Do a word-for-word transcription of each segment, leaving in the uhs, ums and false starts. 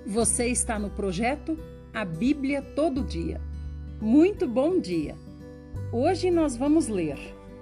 Você está no projeto A Bíblia Todo Dia. Muito bom dia! Hoje nós vamos ler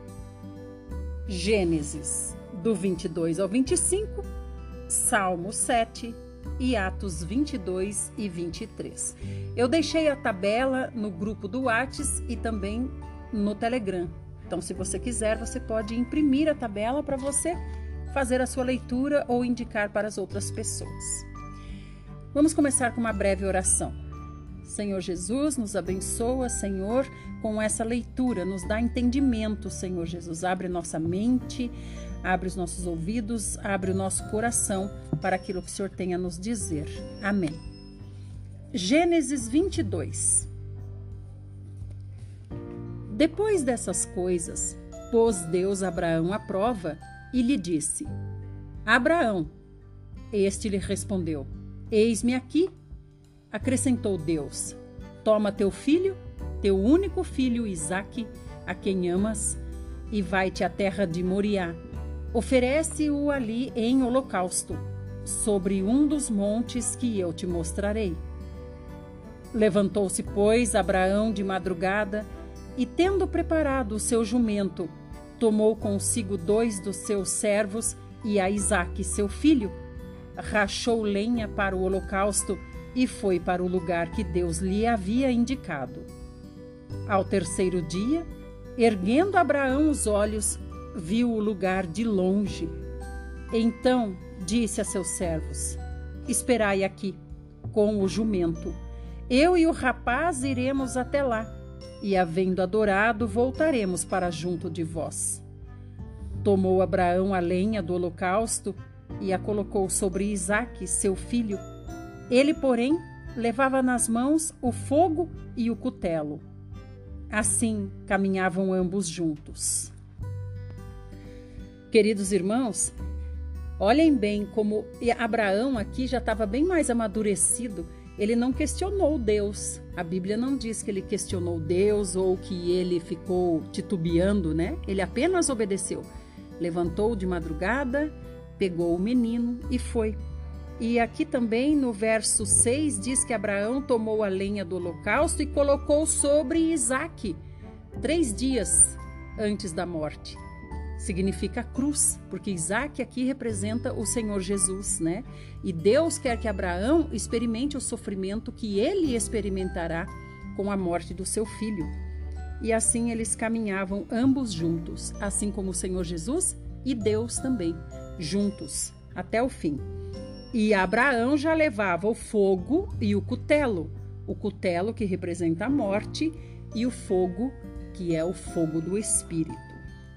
Gênesis, do vinte e dois ao vinte e cinco, Salmo sete e Atos vinte e dois e vinte e três. Eu deixei a tabela no grupo do WhatsApp e também no Telegram. Então, se você quiser, você pode imprimir a tabela para você fazer a sua leitura ou indicar para as outras pessoas. Vamos começar com uma breve oração. Senhor Jesus, nos abençoa, Senhor, com essa leitura, nos dá entendimento, Senhor Jesus. Abre nossa mente, abre os nossos ouvidos, abre o nosso coração para aquilo que o Senhor tem a nos dizer. Amém. Gênesis vinte e dois. Depois dessas coisas, pôs Deus Abraão à prova e lhe disse: Abraão. Este lhe respondeu: Eis-me aqui. Acrescentou Deus: Toma teu filho, teu único filho Isaque, a quem amas, e vai-te à terra de Moriá. Oferece-o ali em holocausto, sobre um dos montes que eu te mostrarei. Levantou-se, pois, Abraão de madrugada, e tendo preparado o seu jumento, tomou consigo dois dos seus servos e a Isaque, seu filho, rachou lenha para o holocausto e foi para o lugar que Deus lhe havia indicado. Ao terceiro dia, erguendo Abraão os olhos, viu o lugar de longe. Então disse a seus servos: Esperai aqui, com o jumento. Eu e o rapaz iremos até lá, e, havendo adorado, voltaremos para junto de vós. Tomou Abraão a lenha do holocausto e a colocou sobre Isaque, seu filho. Ele, porém, levava nas mãos o fogo e o cutelo. Assim caminhavam ambos juntos. Queridos irmãos, olhem bem como Abraão aqui já estava bem mais amadurecido. Ele não questionou Deus. A Bíblia não diz que ele questionou Deus ou que ele ficou titubeando, né? Ele apenas obedeceu. Levantou de madrugada, pegou o menino e foi. E aqui também no verso seis diz que Abraão tomou a lenha do holocausto e colocou sobre Isaque, três dias antes da morte. Significa cruz, porque Isaque aqui representa o Senhor Jesus, né? E Deus quer que Abraão experimente o sofrimento que ele experimentará com a morte do seu filho. E assim eles caminhavam ambos juntos, assim como o Senhor Jesus e Deus também, juntos, até o fim. E Abraão já levava o fogo e o cutelo, o cutelo que representa a morte e o fogo que é o fogo do Espírito.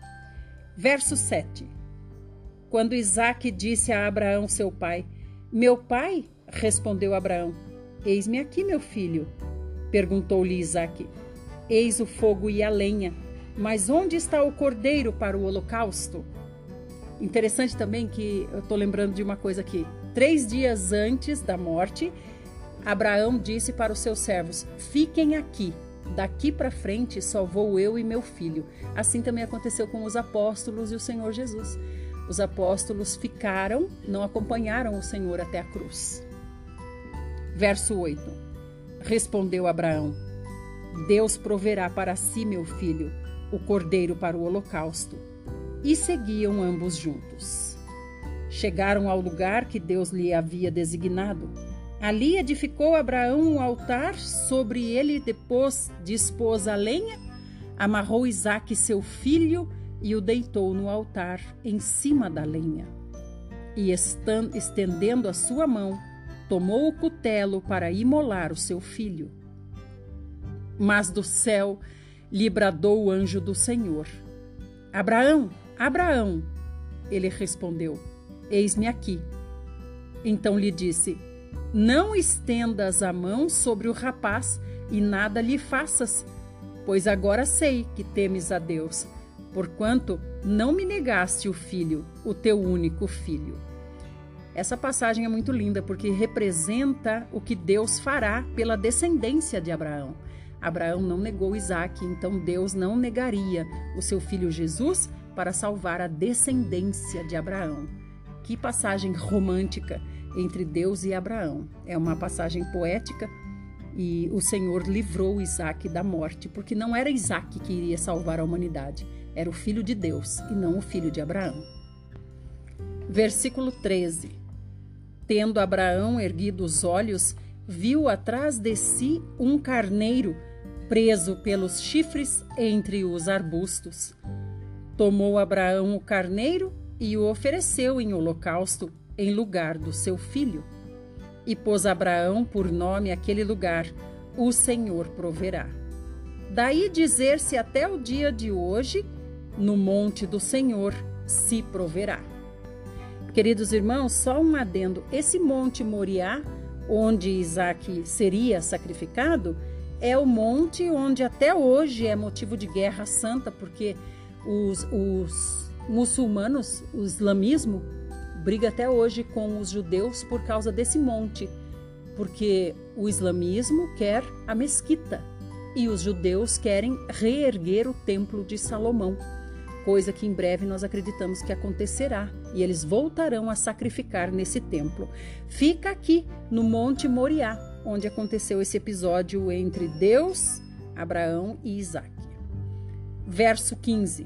Verso sete. Quando Isaque disse a Abraão, seu pai: Meu pai? Respondeu Abraão: Eis-me aqui, meu filho. Perguntou-lhe Isaque: Eis o fogo e a lenha, mas onde está o cordeiro para o holocausto? Interessante também que eu estou lembrando de uma coisa aqui. Três dias antes da morte, Abraão disse para os seus servos: Fiquem aqui. Daqui para frente só vou eu e meu filho. Assim também aconteceu com os apóstolos e o Senhor Jesus. Os apóstolos ficaram, não acompanharam o Senhor até a cruz. Verso oito. Respondeu Abraão: Deus proverá para si, meu filho, o cordeiro para o holocausto. E seguiam ambos juntos. Chegaram ao lugar que Deus lhe havia designado. Ali edificou Abraão um altar, sobre ele depois dispôs a lenha, amarrou Isaque seu filho e o deitou no altar em cima da lenha. E estendendo a sua mão, tomou o cutelo para imolar o seu filho. Mas do céu lhe bradou o anjo do Senhor: Abraão, Abraão! Ele respondeu: Eis-me aqui. Então lhe disse: Não estendas a mão sobre o rapaz e nada lhe faças, pois agora sei que temes a Deus, porquanto não me negaste o filho, o teu único filho. Essa passagem é muito linda porque representa o que Deus fará pela descendência de Abraão. Abraão não negou Isaque, então Deus não negaria o seu filho Jesus para salvar a descendência de Abraão. Que passagem romântica entre Deus e Abraão. É uma passagem poética e o Senhor livrou Isaque da morte, porque não era Isaque que iria salvar a humanidade, era o filho de Deus e não o filho de Abraão. Versículo treze. Tendo Abraão erguido os olhos, viu atrás de si um carneiro preso pelos chifres entre os arbustos. Tomou Abraão o carneiro e o ofereceu em holocausto em lugar do seu filho. E pôs Abraão por nome aquele lugar: o Senhor proverá. Daí dizer-se até o dia de hoje: no monte do Senhor se proverá. Queridos irmãos, só um adendo: esse monte Moriá, onde Isaque seria sacrificado, é o monte onde até hoje é motivo de guerra santa, porque os, os muçulmanos, o islamismo, briga até hoje com os judeus por causa desse monte, porque o islamismo quer a mesquita e os judeus querem reerguer o templo de Salomão, coisa que em breve nós acreditamos que acontecerá, e eles voltarão a sacrificar nesse templo. Fica aqui no Monte Moriá, onde aconteceu esse episódio entre Deus, Abraão e Isaque. Verso quinze.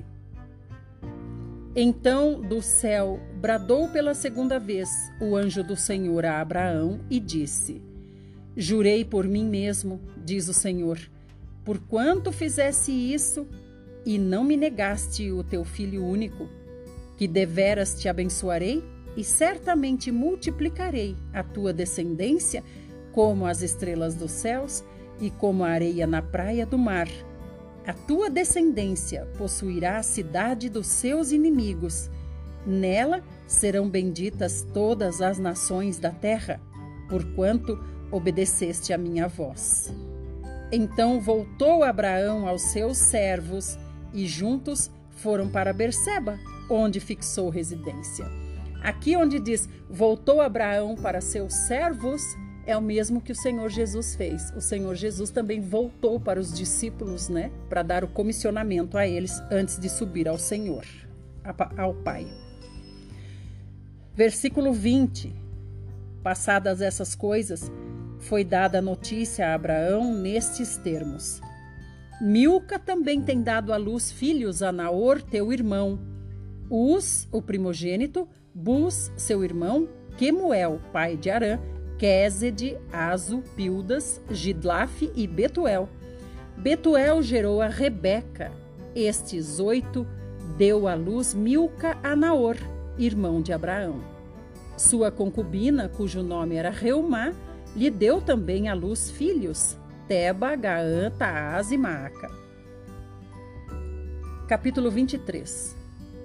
Então do céu bradou pela segunda vez o anjo do Senhor a Abraão e disse: Jurei por mim mesmo, diz o Senhor, porquanto fizesse isso e não me negaste o teu filho único, que deveras te abençoarei e certamente multiplicarei a tua descendência como as estrelas dos céus e como a areia na praia do mar. A tua descendência possuirá a cidade dos seus inimigos. Nela serão benditas todas as nações da terra, porquanto obedeceste a minha voz. Então voltou Abraão aos seus servos e juntos foram para Berseba, onde fixou residência. Aqui onde diz voltou Abraão para seus servos, é o mesmo que o Senhor Jesus fez. O Senhor Jesus também voltou para os discípulos, né, para dar o comissionamento a eles antes de subir ao Senhor, ao Pai. Versículo vinte. Passadas essas coisas, foi dada a notícia a Abraão nestes termos: Milca também tem dado à luz filhos a Naor, teu irmão, Uz, o primogênito, Bus, seu irmão, Quemuel, pai de Arã, Quésede, Azo, Pildas, Gidlaf e Betuel. Betuel gerou a Rebeca. Estes oito deu à luz Milca a Naor, irmão de Abraão. Sua concubina, cujo nome era Reumá, lhe deu também à luz filhos, Teba, Gaã, Taás e Maaca. Capítulo vinte e três.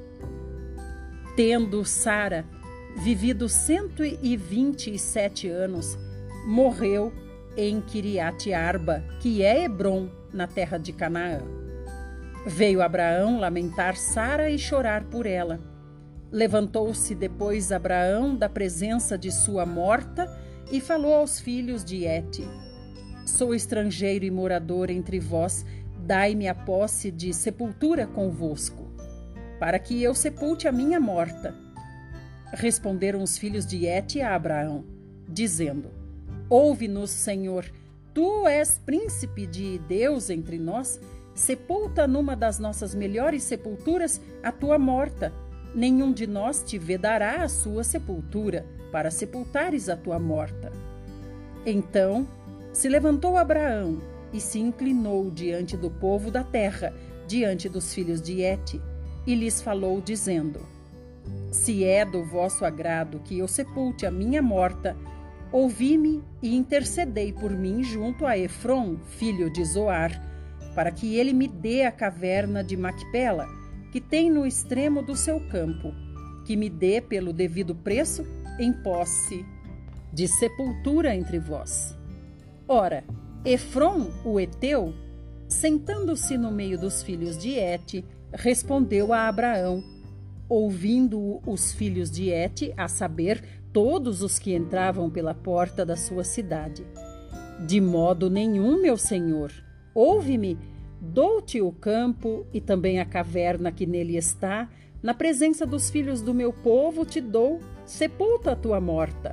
Tendo Sara vivido cento e vinte e sete anos, morreu em Quiriate Arba, que é Hebrom, na terra de Canaã. Veio Abraão lamentar Sara e chorar por ela. Levantou-se depois Abraão da presença de sua morta e falou aos filhos de Et: Sou estrangeiro e morador entre vós, dai-me a posse de sepultura convosco, para que eu sepulte a minha morta. Responderam os filhos de Et a Abraão, dizendo: Ouve-nos, Senhor, tu és príncipe de Deus entre nós, sepulta numa das nossas melhores sepulturas a tua morta. Nenhum de nós te vedará a sua sepultura, para sepultares a tua morta. Então se levantou Abraão e se inclinou diante do povo da terra, diante dos filhos de Et, e lhes falou, dizendo: Se é do vosso agrado que eu sepulte a minha morta, ouvi-me e intercedei por mim junto a Efrom, filho de Zoar, para que ele me dê a caverna de Macpela, que tem no extremo do seu campo, que me dê pelo devido preço em posse de sepultura entre vós. Ora, Efrom, o Eteu, sentando-se no meio dos filhos de Et, respondeu a Abraão, ouvindo os filhos de Et, a saber, todos os que entravam pela porta da sua cidade: De modo nenhum, meu senhor, ouve-me, dou-te o campo e também a caverna que nele está, na presença dos filhos do meu povo te dou, sepulta a tua morta.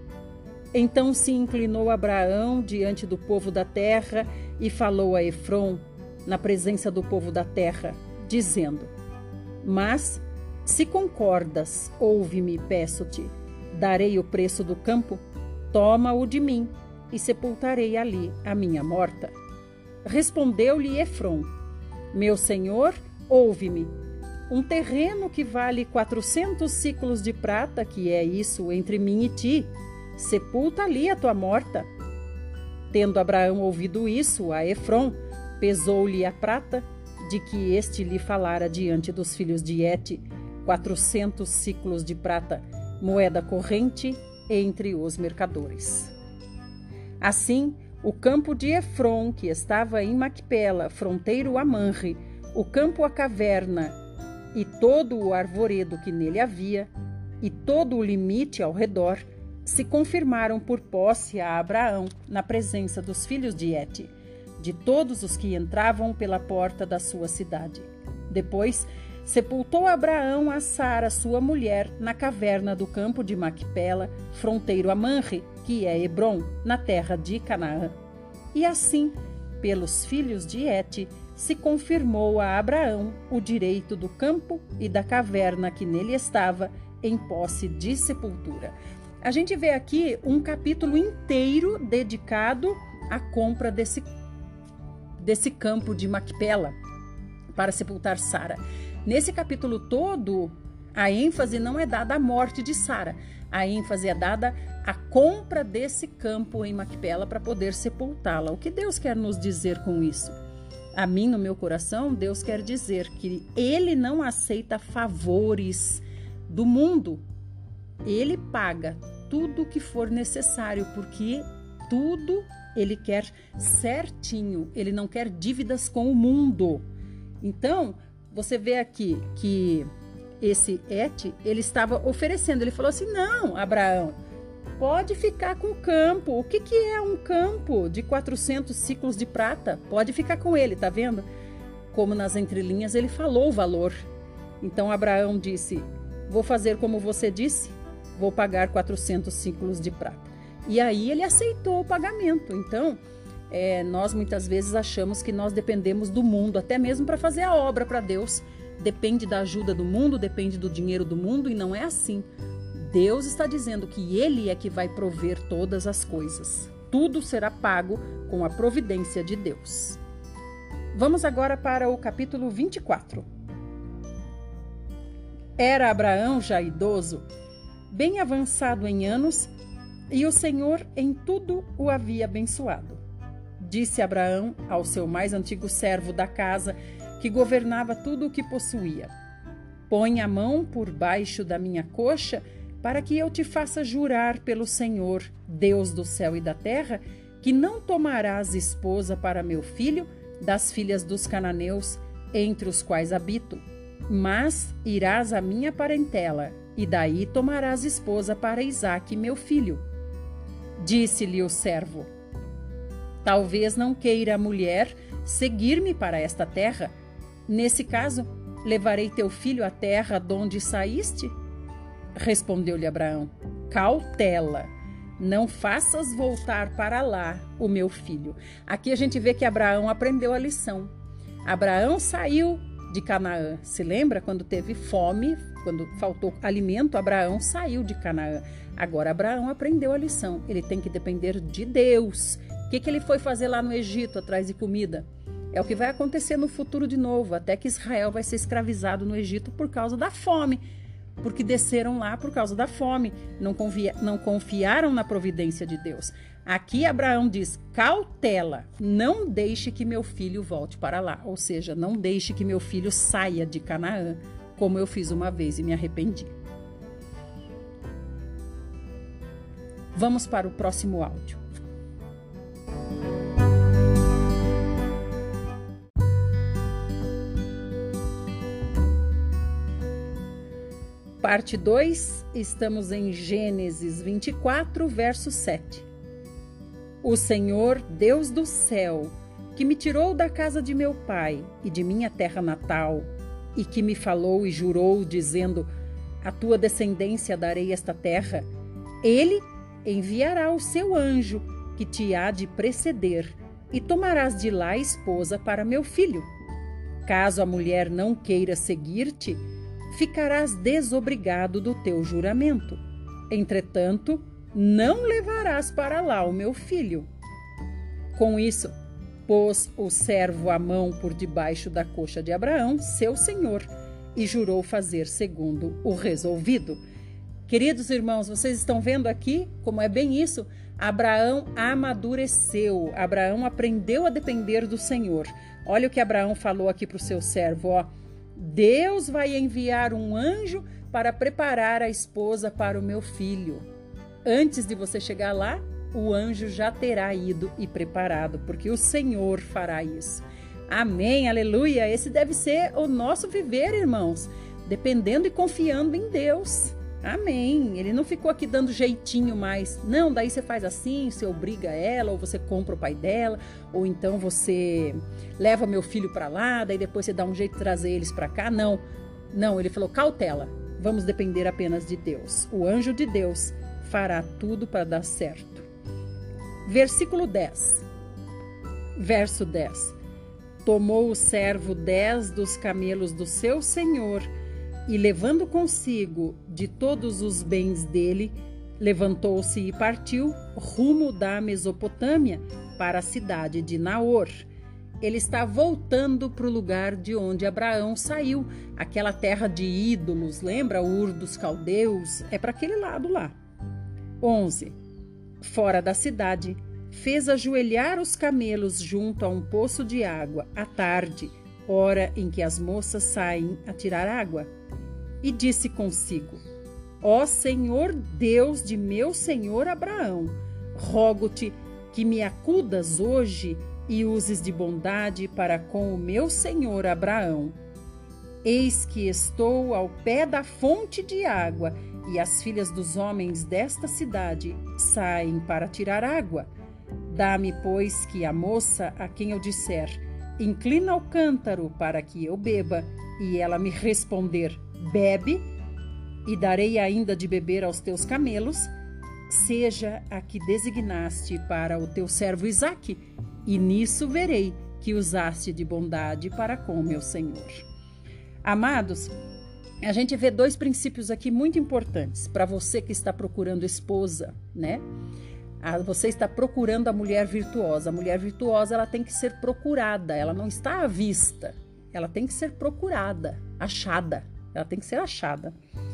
Então se inclinou Abraão diante do povo da terra e falou a Efrom, na presença do povo da terra, dizendo: Mas, se concordas, ouve-me, peço-te, darei o preço do campo, toma-o de mim, e sepultarei ali a minha morta. Respondeu-lhe Efrom: Meu senhor, ouve-me. Um terreno que vale quatrocentos ciclos de prata, que é isso entre mim e ti, sepulta ali a tua morta. Tendo Abraão ouvido isso a Efrom, pesou-lhe a prata, de que este lhe falara diante dos filhos de Hete, quatrocentos ciclos de prata, moeda corrente entre os mercadores. Assim, o campo de Efrom, que estava em Macpela, fronteiro a Manre, o campo a caverna, e todo o arvoredo que nele havia, e todo o limite ao redor, se confirmaram por posse a Abraão na presença dos filhos de Hete, de todos os que entravam pela porta da sua cidade. Depois, sepultou Abraão a Sara, sua mulher, na caverna do campo de Macpela, fronteiro a Manre, que é Hebrom, na terra de Canaã. E assim, pelos filhos de Hete, se confirmou a Abraão o direito do campo e da caverna que nele estava, em posse de sepultura. A gente vê aqui um capítulo inteiro dedicado à compra desse, desse campo de Macpela para sepultar Sara. Nesse capítulo todo, a ênfase não é dada à morte de Sara, a ênfase é dada à compra desse campo em Macpela para poder sepultá-la. O que Deus quer nos dizer com isso? A mim, no meu coração, Deus quer dizer que Ele não aceita favores do mundo. Ele paga tudo o que for necessário, porque tudo Ele quer certinho. Ele não quer dívidas com o mundo. Então, você vê aqui que esse Hete, ele estava oferecendo. Ele falou assim: não, Abraão, pode ficar com o campo. O que, que é um campo de quatrocentos ciclos de prata? Pode ficar com ele, tá vendo? Como nas entrelinhas ele falou o valor. Então Abraão disse: vou fazer como você disse, vou pagar quatrocentos ciclos de prata. E aí ele aceitou o pagamento. Então, é, nós muitas vezes achamos que nós dependemos do mundo, até mesmo para fazer a obra para Deus. Depende da ajuda do mundo, depende do dinheiro do mundo, e não é assim. Deus está dizendo que Ele é que vai prover todas as coisas. Tudo será pago com a providência de Deus. Vamos agora para o capítulo vinte e quatro. Era Abraão já idoso, bem avançado em anos, e o Senhor em tudo o havia abençoado. Disse Abraão ao seu mais antigo servo da casa, que governava tudo o que possuía: põe a mão por baixo da minha coxa, para que eu te faça jurar pelo Senhor, Deus do céu e da terra, que não tomarás esposa para meu filho das filhas dos cananeus, entre os quais habito, mas irás à minha parentela, e daí tomarás esposa para Isaque, meu filho. Disse-lhe o servo: talvez não queira a mulher seguir-me para esta terra. Nesse caso, levarei teu filho à terra de onde saíste? Respondeu-lhe Abraão: cautela, não faças voltar para lá o meu filho. Aqui a gente vê que Abraão aprendeu a lição. Abraão saiu de Canaã. Se lembra quando teve fome, quando faltou alimento, Abraão saiu de Canaã. Agora Abraão aprendeu a lição. Ele tem que depender de Deus. O que, que ele foi fazer lá no Egito atrás de comida? É o que vai acontecer no futuro de novo, até que Israel vai ser escravizado no Egito por causa da fome, porque desceram lá por causa da fome, não, confia, não confiaram na providência de Deus. Aqui Abraão diz: cautela, não deixe que meu filho volte para lá, ou seja, não deixe que meu filho saia de Canaã, como eu fiz uma vez e me arrependi. Vamos para o próximo áudio. Parte dois, estamos em Gênesis vinte e quatro, verso sete. O Senhor, Deus do céu, que me tirou da casa de meu pai e de minha terra natal, e que me falou e jurou, dizendo: A tua descendência darei esta terra. Ele enviará o seu anjo, que te há de preceder, e tomarás de lá esposa para meu filho. Caso a mulher não queira seguir-te, ficarás desobrigado do teu juramento. Entretanto, não levarás para lá o meu filho. Com isso, pôs o servo a mão por debaixo da coxa de Abraão, seu senhor, e jurou fazer segundo o resolvido. Queridos irmãos, vocês estão vendo aqui como é bem isso? Abraão amadureceu, Abraão aprendeu a depender do Senhor. Olha o que Abraão falou aqui para o seu servo, ó. Deus vai enviar um anjo para preparar a esposa para o meu filho. Antes de você chegar lá, o anjo já terá ido e preparado, porque o Senhor fará isso. Amém, aleluia. Esse deve ser o nosso viver, irmãos, dependendo e confiando em Deus. Amém. Ele não ficou aqui dando jeitinho mais. Não, daí você faz assim, você obriga ela, ou você compra o pai dela, ou então você leva meu filho para lá, daí depois você dá um jeito de trazer eles para cá. Não, não, ele falou, cautela, vamos depender apenas de Deus. O anjo de Deus fará tudo para dar certo. Versículo dez. Verso dez. Tomou o servo dez dos camelos do seu senhor e, levando consigo de todos os bens dele, levantou-se e partiu rumo da Mesopotâmia para a cidade de Naor. Ele está voltando para o lugar de onde Abraão saiu, aquela terra de ídolos, lembra? Ur dos caldeus, é para aquele lado lá. onze. Fora da cidade, fez ajoelhar os camelos junto a um poço de água à tarde, hora em que as moças saem a tirar água. E disse consigo: Ó Senhor Deus de meu senhor Abraão, rogo-te que me acudas hoje e uses de bondade para com o meu senhor Abraão. Eis que estou ao pé da fonte de água, e as filhas dos homens desta cidade saem para tirar água. Dá-me, pois, que a moça a quem eu disser, inclina o cântaro para que eu beba, e ela me responder, bebe, e darei ainda de beber aos teus camelos, seja a que designaste para o teu servo Isaque, e nisso verei que usaste de bondade para com meu Senhor. Amados, a gente vê dois princípios aqui muito importantes para você que está procurando esposa, né? Você está procurando a mulher virtuosa. A mulher virtuosa, ela tem que ser procurada, ela não está à vista. Ela tem que ser procurada, achada. Ela tem que ser achada.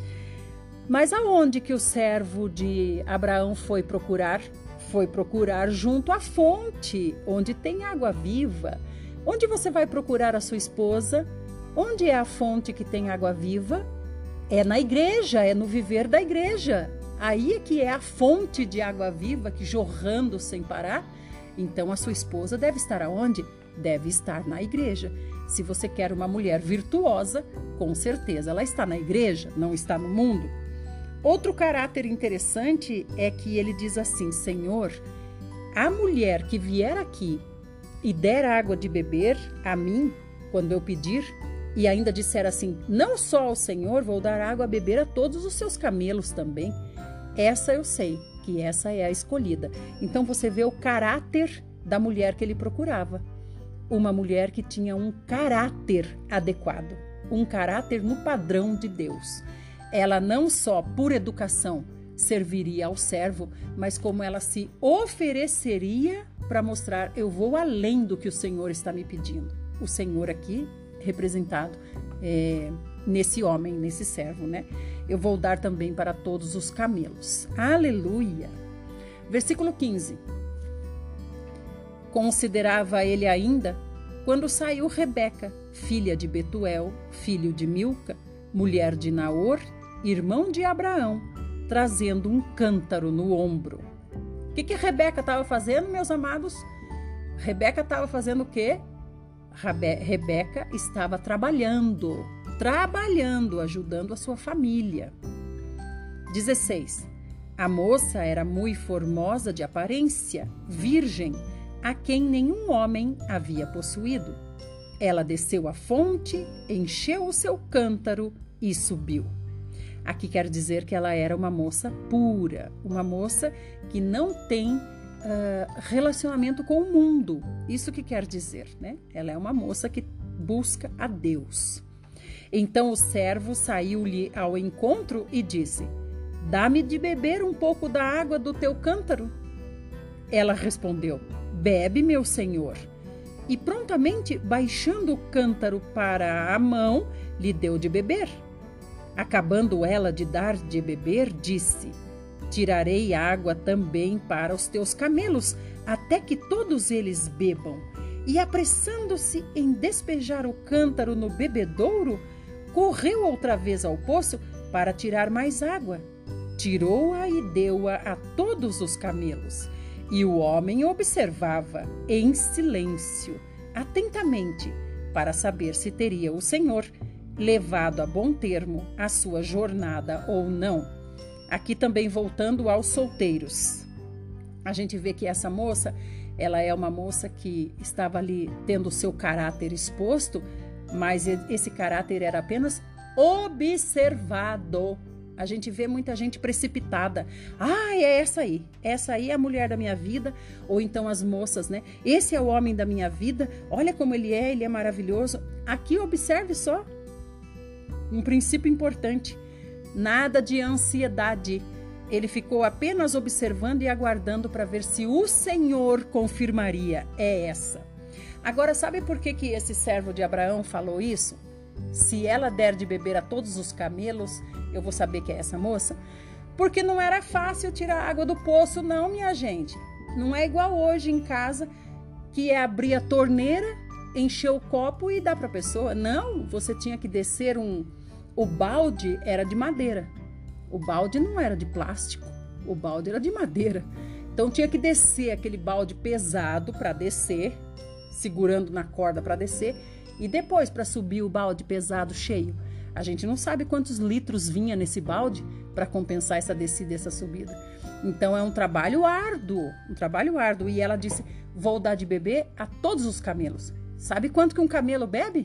Mas aonde que o servo de Abraão foi procurar? Foi procurar junto à fonte, onde tem água viva. Onde você vai procurar a sua esposa? Onde é a fonte que tem água viva? É na igreja, é no viver da igreja. Aí é que é a fonte de água viva que jorrando sem parar. Então a sua esposa deve estar aonde? Deve estar na igreja. Se você quer uma mulher virtuosa, com certeza ela está na igreja, não está no mundo. Outro caráter interessante é que ele diz assim, Senhor, a mulher que vier aqui e der água de beber a mim, quando eu pedir, e ainda disser assim, não só ao Senhor, vou dar água a beber a todos os seus camelos também. Essa eu sei, que essa é a escolhida. Então você vê o caráter da mulher que ele procurava. Uma mulher que tinha um caráter adequado, um caráter no padrão de Deus. Ela não só por educação serviria ao servo, mas como ela se ofereceria para mostrar, eu vou além do que o Senhor está me pedindo. O Senhor aqui representado é, nesse homem, nesse servo, né? Eu vou dar também para todos os camelos. Aleluia! Versículo quinze. Considerava ele ainda quando saiu Rebeca, filha de Betuel, filho de Milca, mulher de Naor, irmão de Abraão, trazendo um cântaro no ombro. O que que Rebeca estava fazendo, meus amados? Rebeca estava fazendo o quê? Rebe- Rebeca estava trabalhando, trabalhando, ajudando a sua família. dezesseis. A moça era muito formosa de aparência, virgem, a quem nenhum homem havia possuído. Ela desceu à fonte, encheu o seu cântaro e subiu. Aqui quer dizer que ela era uma moça pura, uma moça que não tem uh, relacionamento com o mundo. Isso que quer dizer, né? Ela é uma moça que busca a Deus. Então o servo saiu-lhe ao encontro e disse: dá-me de beber um pouco da água do teu cântaro. Ela respondeu: bebe, meu senhor. E prontamente, baixando o cântaro para a mão, lhe deu de beber. Acabando ela de dar de beber, disse: tirarei água também para os teus camelos, até que todos eles bebam. E apressando-se em despejar o cântaro no bebedouro, correu outra vez ao poço para tirar mais água. Tirou-a e deu-a a todos os camelos. E o homem observava em silêncio, atentamente, para saber se teria o Senhor levado a bom termo a sua jornada ou não. Aqui também voltando aos solteiros. A gente vê que essa moça, ela é uma moça que estava ali tendo o seu caráter exposto, mas esse caráter era apenas observado. A gente vê muita gente precipitada. Ah, é essa aí. Essa aí é a mulher da minha vida. Ou então as moças, né? Esse é o homem da minha vida. Olha como ele é, ele é maravilhoso. Aqui observe só. Um princípio importante. Nada de ansiedade. Ele ficou apenas observando e aguardando para ver se o Senhor confirmaria. É essa. Agora, sabe por que que esse servo de Abraão falou isso? Se ela der de beber a todos os camelos, eu vou saber que é essa moça. Porque não era fácil tirar água do poço, não, minha gente. Não é igual hoje em casa, que é abrir a torneira, encher o copo e dar para a pessoa. Não, você tinha que descer um... O balde era de madeira. O balde não era de plástico. O balde era de madeira. Então tinha que descer aquele balde pesado para descer, segurando na corda para descer, e depois para subir o balde pesado cheio. A gente não sabe quantos litros vinha nesse balde para compensar essa descida e essa subida. Então é um trabalho árduo, um trabalho árduo. E ela disse: vou dar de beber a todos os camelos. Sabe quanto que um camelo bebe?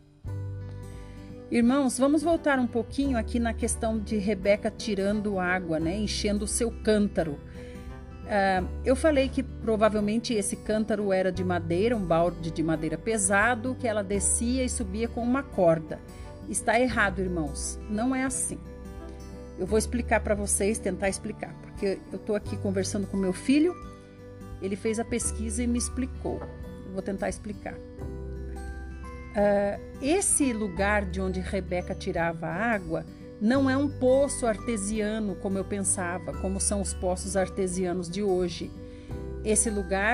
Irmãos, vamos voltar um pouquinho aqui na questão de Rebeca tirando água, né? Enchendo o seu cântaro. Uh, eu falei que provavelmente esse cântaro era de madeira, um balde de madeira pesado, que ela descia e subia com uma corda. Está errado, irmãos. Não é assim. Eu vou explicar para vocês, tentar explicar, porque eu estou aqui conversando com meu filho, ele fez a pesquisa e me explicou. Eu vou tentar explicar. Uh, esse lugar de onde Rebeca tirava água não é um poço artesiano, como eu pensava, como são os poços artesianos de hoje. Esse lugar,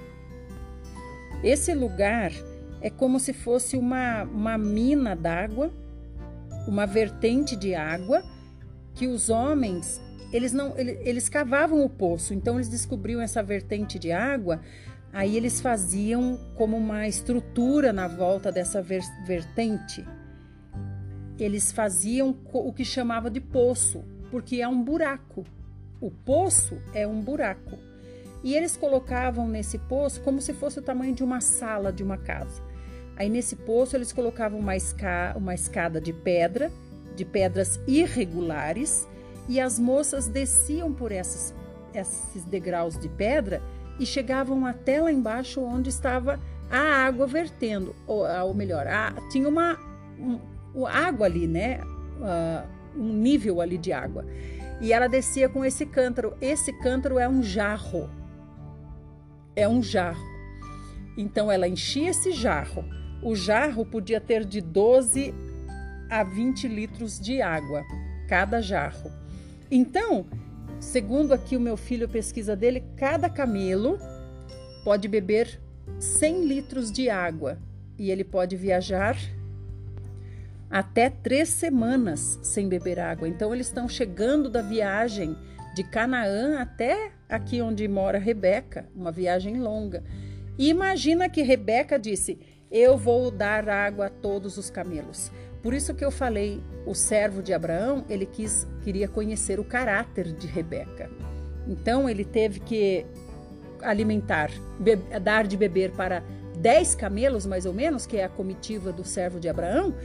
esse lugar é como se fosse uma, uma mina d'água, uma vertente de água, que os homens, eles, não, eles, eles cavavam o poço, então eles descobriam essa vertente de água, aí eles faziam como uma estrutura na volta dessa ver, vertente. Eles faziam o que chamava de poço, porque é um buraco. O poço é um buraco. E eles colocavam nesse poço como se fosse o tamanho de uma sala de uma casa. Aí nesse poço eles colocavam uma, esca, uma escada de pedra, de pedras irregulares, e as moças desciam por essas, esses degraus de pedra e chegavam até lá embaixo onde estava a água vertendo, ou, ou melhor, a, tinha uma... Um, água ali, né? Uh, um nível ali de água. E ela descia com esse cântaro. Esse cântaro é um jarro. É um jarro. Então ela enchia esse jarro. O jarro podia ter de doze a vinte litros de água, cada jarro. Então, segundo aqui o meu filho, a pesquisa dele, cada camelo pode beber cem litros de água. E ele pode viajar até três semanas sem beber água. Então eles estão chegando da viagem de Canaã até aqui onde mora Rebeca, uma viagem longa. E imagina que Rebeca disse: eu vou dar água a todos os camelos. Por isso que eu falei, o servo de Abraão, ele quis, queria conhecer o caráter de Rebeca. Então ele teve que alimentar, be- dar de beber para dez camelos mais ou menos, que é a comitiva do servo de Abraão.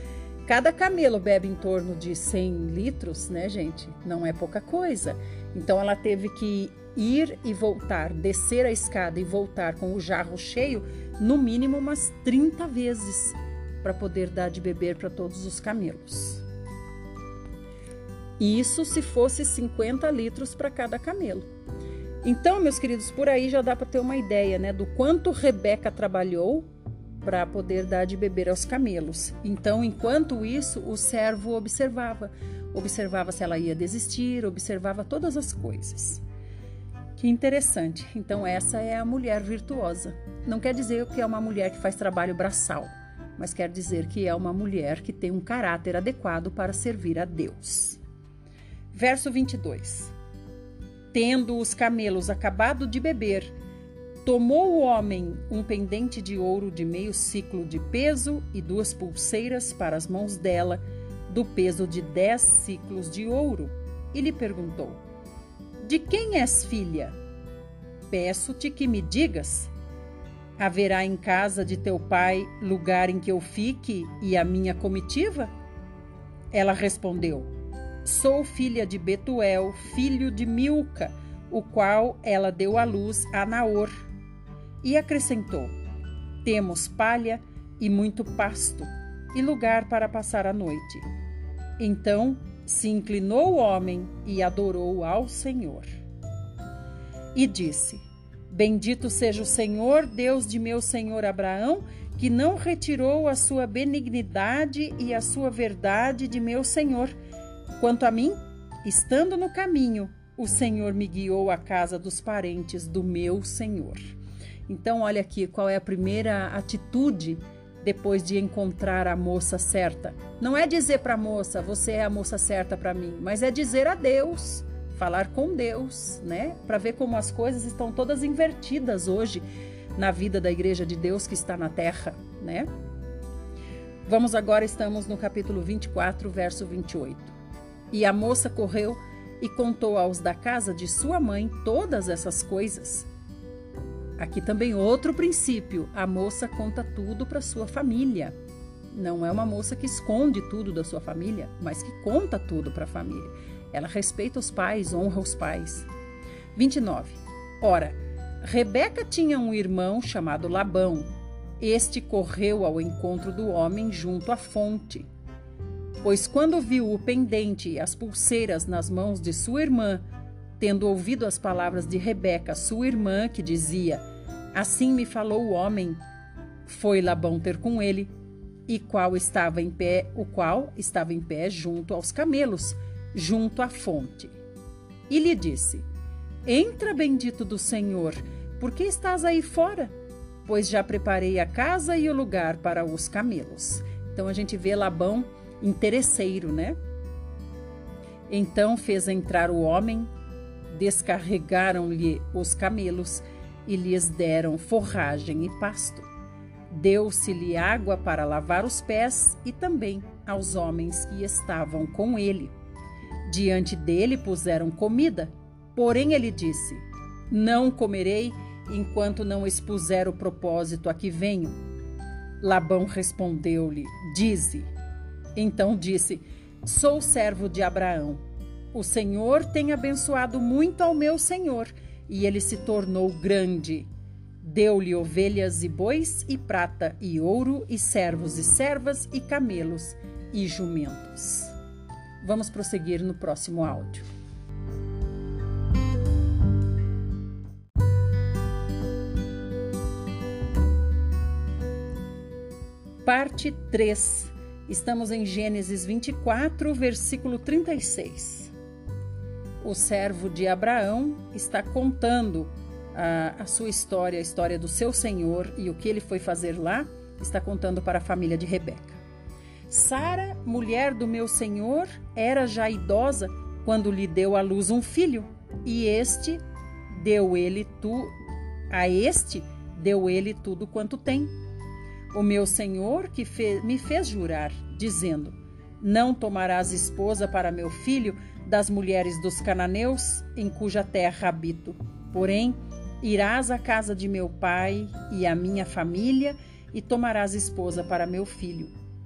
cada camelo bebe em torno de cem litros, né, gente? Não é pouca coisa. Então ela teve que ir e voltar, descer a escada e voltar com o jarro cheio, no mínimo umas trinta vezes, para poder dar de beber para todos os camelos. Isso se fosse cinquenta litros para cada camelo. Então, meus queridos, por aí já dá para ter uma ideia, né, do quanto Rebeca trabalhou para poder dar de beber aos camelos. Então, enquanto isso, o servo observava. Observava se ela ia desistir, observava todas as coisas. Que interessante. Então, essa é a mulher virtuosa. Não quer dizer que é uma mulher que faz trabalho braçal, mas quer dizer que é uma mulher que tem um caráter adequado para servir a Deus. Verso vinte e dois. Tendo os camelos acabado de beber, tomou o homem um pendente de ouro de meio ciclo de peso e duas pulseiras para as mãos dela, do peso de dez ciclos de ouro, e lhe perguntou: de quem és filha? Peço-te que me digas. Haverá em casa de teu pai lugar em que eu fique e a minha comitiva? Ela respondeu: sou filha de Betuel, filho de Milca, o qual ela deu à luz a Naor. E acrescentou: temos palha e muito pasto, e lugar para passar a noite. Então se inclinou o homem e adorou ao Senhor. E disse: bendito seja o Senhor, Deus de meu senhor Abraão, que não retirou a sua benignidade e a sua verdade de meu senhor. Quanto a mim, estando no caminho, o Senhor me guiou à casa dos parentes do meu senhor. Então, olha aqui qual é a primeira atitude depois de encontrar a moça certa. Não é dizer para a moça, você é a moça certa para mim, mas é dizer a Deus, falar com Deus, né? Para ver como as coisas estão todas invertidas hoje na vida da Igreja de Deus que está na terra, né? Vamos agora, estamos no capítulo vinte e quatro, verso vinte e oito. E a moça correu e contou aos da casa de sua mãe todas essas coisas. Aqui também outro princípio, a moça conta tudo para sua família. Não é uma moça que esconde tudo da sua família, mas que conta tudo para a família. Ela respeita os pais, honra os pais. vinte e nove. Ora, Rebeca tinha um irmão chamado Labão. Este correu ao encontro do homem junto à fonte. Pois quando viu o pendente e as pulseiras nas mãos de sua irmã, tendo ouvido as palavras de Rebeca, sua irmã, que dizia: assim me falou o homem, foi Labão ter com ele, e qual estava em pé, o qual estava em pé junto aos camelos, junto à fonte. E lhe disse: entra, bendito do Senhor, por que estás aí fora? Pois já preparei a casa e o lugar para os camelos. Então a gente vê Labão interesseiro, né? Então fez entrar o homem, descarregaram-lhe os camelos e lhes deram forragem e pasto. Deu-se-lhe água para lavar os pés e também aos homens que estavam com ele. Diante dele puseram comida, porém ele disse: não comerei enquanto não expuser o propósito a que venho. Labão respondeu-lhe: dize. Então disse: sou servo de Abraão. O Senhor tem abençoado muito ao meu senhor, e ele se tornou grande. Deu-lhe ovelhas e bois e prata e ouro e servos e servas e camelos e jumentos. Vamos prosseguir no próximo áudio. Parte três. Estamos em Gênesis vinte e quatro, versículo trinta e seis. O servo de Abraão está contando a, a sua história, a história do seu senhor e o que ele foi fazer lá, está contando para a família de Rebeca. Sara, mulher do meu senhor, era já idosa quando lhe deu à luz um filho, e este deu ele tu, a este deu ele tudo quanto tem. O meu senhor que fe, me fez jurar, dizendo: não tomarás esposa para meu filho das mulheres dos cananeus, em cuja terra habito. Porém, irás à casa de meu pai e à minha família, e tomarás esposa para meu filho.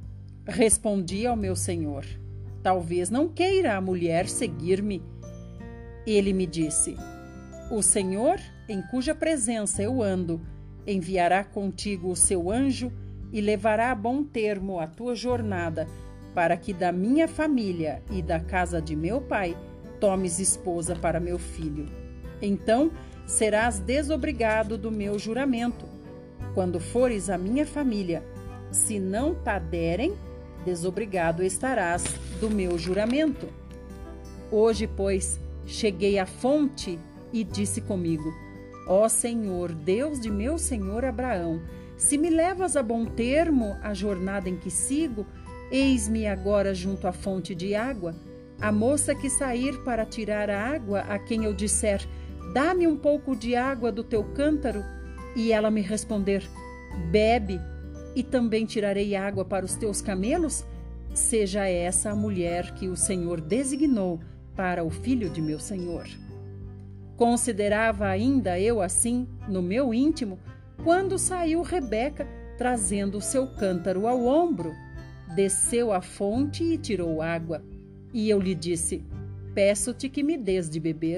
Respondi ao meu senhor: talvez não queira a mulher seguir-me. Ele me disse: o Senhor, em cuja presença eu ando, enviará contigo o seu anjo e levará a bom termo a tua jornada, para que da minha família e da casa de meu pai tomes esposa para meu filho. Então serás desobrigado do meu juramento, quando fores à minha família. Se não ta derem, desobrigado estarás do meu juramento. Hoje, pois, cheguei à fonte e disse comigo: ó Senhor, Deus de meu senhor Abraão, se me levas a bom termo a jornada em que sigo, eis-me agora junto à fonte de água. A moça que sair para tirar a água, a quem eu disser: dá-me um pouco de água do teu cântaro, e ela me responder: bebe, e também tirarei água para os teus camelos, seja essa a mulher que o Senhor designou para o filho de meu senhor. Considerava ainda eu assim, no meu íntimo, quando saiu Rebeca, trazendo o seu cântaro ao ombro. Desceu à fonte e tirou água. E eu lhe disse: peço-te que me dês de beber.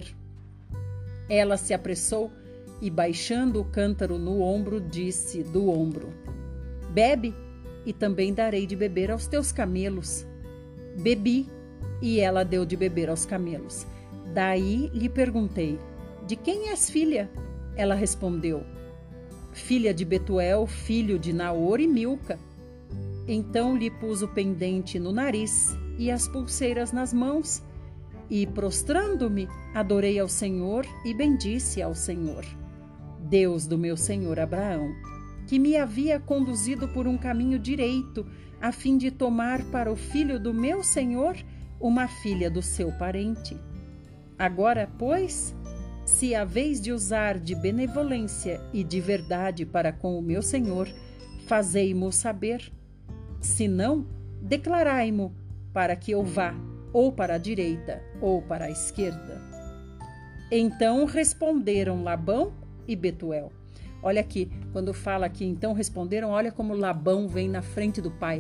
Ela se apressou e, baixando o cântaro no ombro, disse do ombro: bebe, e também darei de beber aos teus camelos. Bebi, e ela deu de beber aos camelos. Daí lhe perguntei: de quem és filha? Ela respondeu: filha de Betuel, filho de Naor e Milca. Então lhe pus o pendente no nariz e as pulseiras nas mãos, e, prostrando-me, adorei ao Senhor e bendisse ao Senhor, Deus do meu senhor Abraão, que me havia conduzido por um caminho direito, a fim de tomar para o filho do meu senhor uma filha do seu parente. Agora, pois, se haveis de usar de benevolência e de verdade para com o meu senhor, fazei-mo saber. Se não, declarai-mo, para que eu vá, ou para a direita, ou para a esquerda. Então responderam Labão e Betuel. Olha aqui, quando fala aqui, então responderam, olha como Labão vem na frente do pai.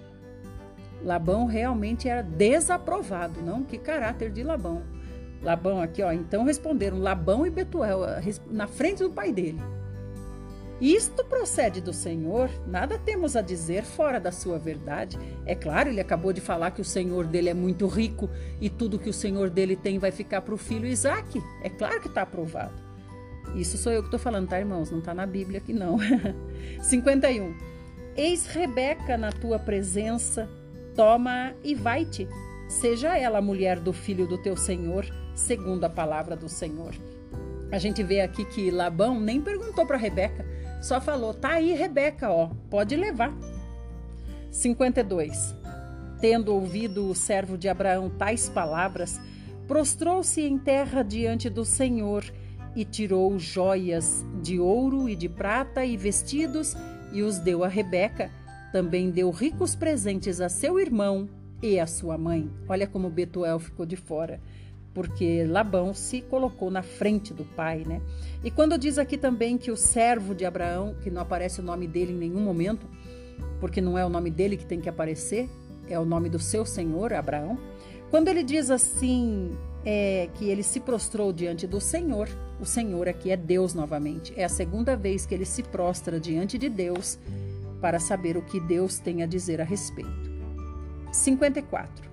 Labão realmente era desaprovado, não? Que caráter de Labão. Labão aqui, ó, então responderam Labão e Betuel na frente do pai dele. Isto procede do Senhor, nada temos a dizer fora da sua verdade. É claro, ele acabou de falar que o Senhor dele é muito rico e tudo que o Senhor dele tem vai ficar para o filho Isaque. É claro que está aprovado. Isso sou eu que estou falando, tá, irmãos? Não está na Bíblia aqui, não. cinquenta e um. Eis Rebeca na tua presença, toma-a e vai-te. Seja ela a mulher do filho do teu Senhor, segundo a palavra do Senhor. A gente vê aqui que Labão nem perguntou para Rebeca, só falou: tá aí Rebeca, ó, pode levar. cinquenta e dois. Tendo ouvido o servo de Abraão tais palavras, prostrou-se em terra diante do Senhor e tirou joias de ouro e de prata e vestidos e os deu a Rebeca. Também deu ricos presentes a seu irmão e a sua mãe. Olha como Betuel ficou de fora, porque Labão se colocou na frente do pai, né? E quando diz aqui também que o servo de Abraão, que não aparece o nome dele em nenhum momento, porque não é o nome dele que tem que aparecer, é o nome do seu senhor, Abraão. Quando ele diz assim, é, que ele se prostrou diante do Senhor, o Senhor aqui é Deus novamente. É a segunda vez que ele se prostra diante de Deus para saber o que Deus tem a dizer a respeito. cinquenta e quatro.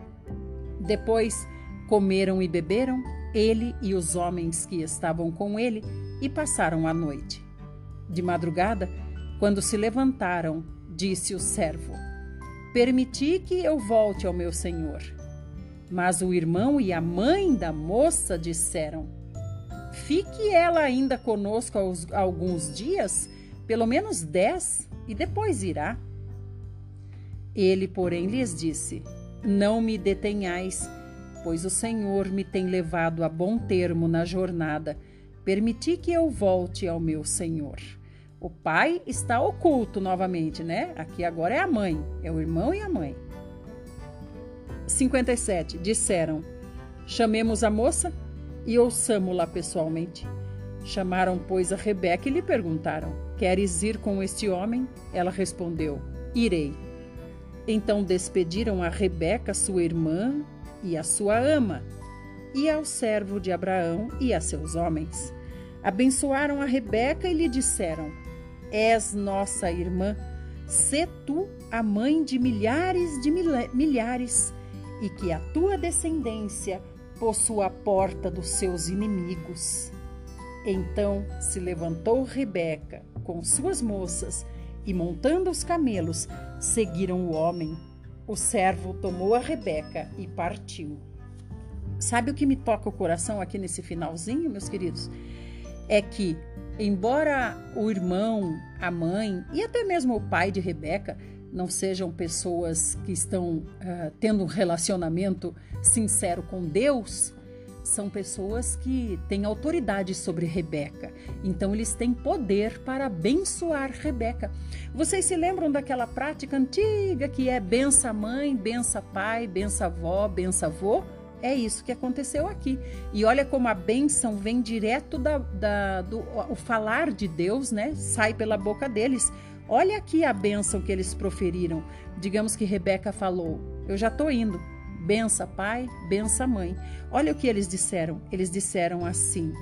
Depois comeram e beberam, ele e os homens que estavam com ele, e passaram a noite. De madrugada, quando se levantaram, disse o servo: permiti que eu volte ao meu senhor. Mas o irmão e a mãe da moça disseram: fique ela ainda conosco há alguns dias, pelo menos dez, e depois irá. Ele, porém, lhes disse: não me detenhais, pois o Senhor me tem levado a bom termo na jornada. Permiti que eu volte ao meu senhor. O pai está oculto novamente, né? Aqui agora é a mãe, é o irmão e a mãe. cinquenta e sete. Disseram: chamemos a moça e ouçamo-la pessoalmente. Chamaram, pois, a Rebeca e lhe perguntaram: queres ir com este homem? Ela respondeu: irei. Então despediram a Rebeca, sua irmã, e a sua ama, e ao servo de Abraão e a seus homens. Abençoaram a Rebeca e lhe disseram: És nossa irmã, sê tu a mãe de milhares de milhares, e que a tua descendência possua a porta dos seus inimigos. Então se levantou Rebeca com suas moças e, montando os camelos, seguiram o homem. O servo tomou a Rebeca e partiu. Sabe o que me toca o coração aqui nesse finalzinho, meus queridos? É que, embora o irmão, a mãe e até mesmo o pai de Rebeca não sejam pessoas que estão uh, tendo um relacionamento sincero com Deus, são pessoas que têm autoridade sobre Rebeca. Então, eles têm poder para abençoar Rebeca. Vocês se lembram daquela prática antiga que é bença mãe, bença pai, bença avó, bença avô? É isso que aconteceu aqui. E olha como a bênção vem direto da, da, do o falar de Deus, né? Sai pela boca deles. Olha aqui a bênção que eles proferiram. Digamos que Rebeca falou: eu já estou indo. Bença pai, bença mãe. Olha o que eles disseram. Eles disseram assim: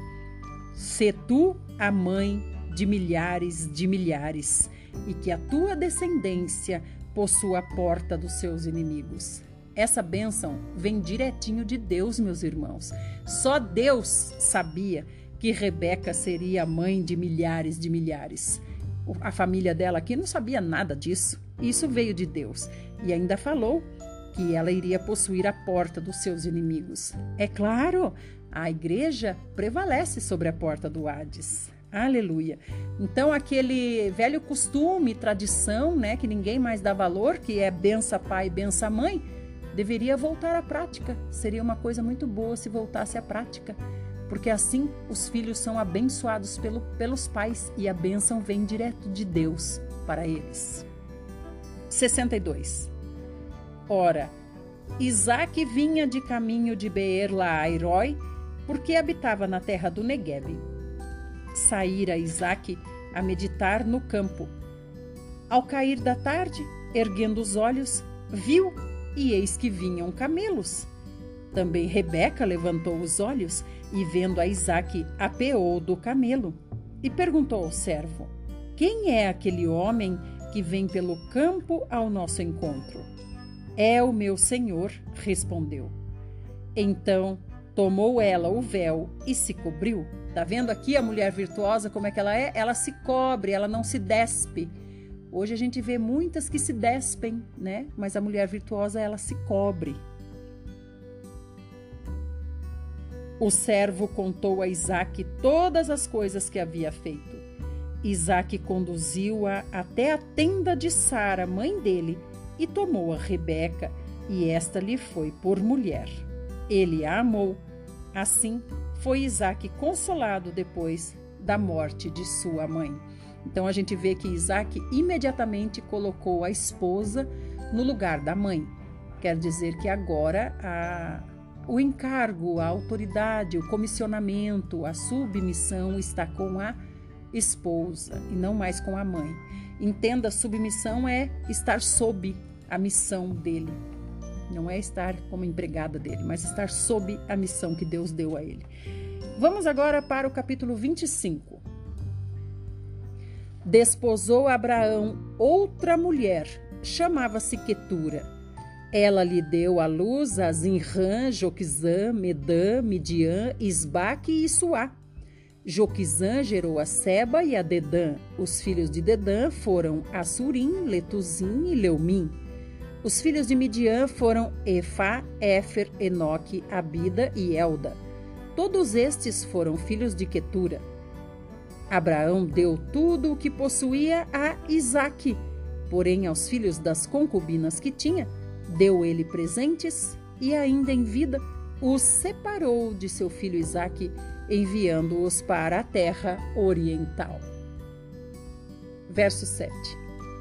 sê tu a mãe de milhares de milhares, e que a tua descendência possua a porta dos seus inimigos. Essa bênção vem direitinho de Deus, meus irmãos. Só Deus sabia que Rebeca seria a mãe de milhares de milhares. A família dela aqui não sabia nada disso. Isso veio de Deus. E ainda falou que ela iria possuir a porta dos seus inimigos. É claro, a igreja prevalece sobre a porta do Hades. Aleluia. Então, aquele velho costume, tradição, né, que ninguém mais dá valor, que é bença pai, bença mãe, deveria voltar à prática. Seria uma coisa muito boa se voltasse à prática, porque assim os filhos são abençoados pelo, pelos pais e a bênção vem direto de Deus para eles. sessenta e dois. Ora, Isaque vinha de caminho de Beer-Laai-Roi, porque habitava na terra do Neguebe. Saíra Isaque a meditar no campo. Ao cair da tarde, erguendo os olhos, viu, e eis que vinham camelos. Também Rebeca levantou os olhos e, vendo a Isaque, apeou do camelo e perguntou ao servo: quem é aquele homem que vem pelo campo ao nosso encontro? É o meu senhor, respondeu. Então tomou ela o véu e se cobriu. Tá vendo aqui a mulher virtuosa como é que ela é? Ela se cobre, ela não se despe. Hoje a gente vê muitas que se despem, né? Mas a mulher virtuosa, ela se cobre. O servo contou a Isaque todas as coisas que havia feito. Isaque conduziu-a até a tenda de Sara, mãe dele, e tomou a Rebeca, e esta lhe foi por mulher. Ele a amou. Assim foi Isaque consolado depois da morte de sua mãe. Então a gente vê que Isaque imediatamente colocou a esposa no lugar da mãe. Quer dizer que agora a, o encargo, a autoridade, o comissionamento, a submissão está com a esposa e não mais com a mãe. Entenda, submissão é estar sob a missão dele. Não é estar como empregada dele, mas estar sob a missão que Deus deu a ele. Vamos agora para o capítulo vinte e cinco. Desposou Abraão outra mulher, chamava-se Quetura. Ela lhe deu à luz a Zinrã, Joquizã, Medã, Midian, Isbaque e Suá. Joquizã gerou a Seba e a Dedã. Os filhos de Dedã foram Assurim, Letuzim e Leumim. Os filhos de Midian foram Efá, Éfer, Enoque, Abida e Elda. Todos estes foram filhos de Quetura. Abraão deu tudo o que possuía a Isaque, porém aos filhos das concubinas que tinha, deu ele presentes e ainda em vida os separou de seu filho Isaque, enviando-os para a terra oriental. Verso sete.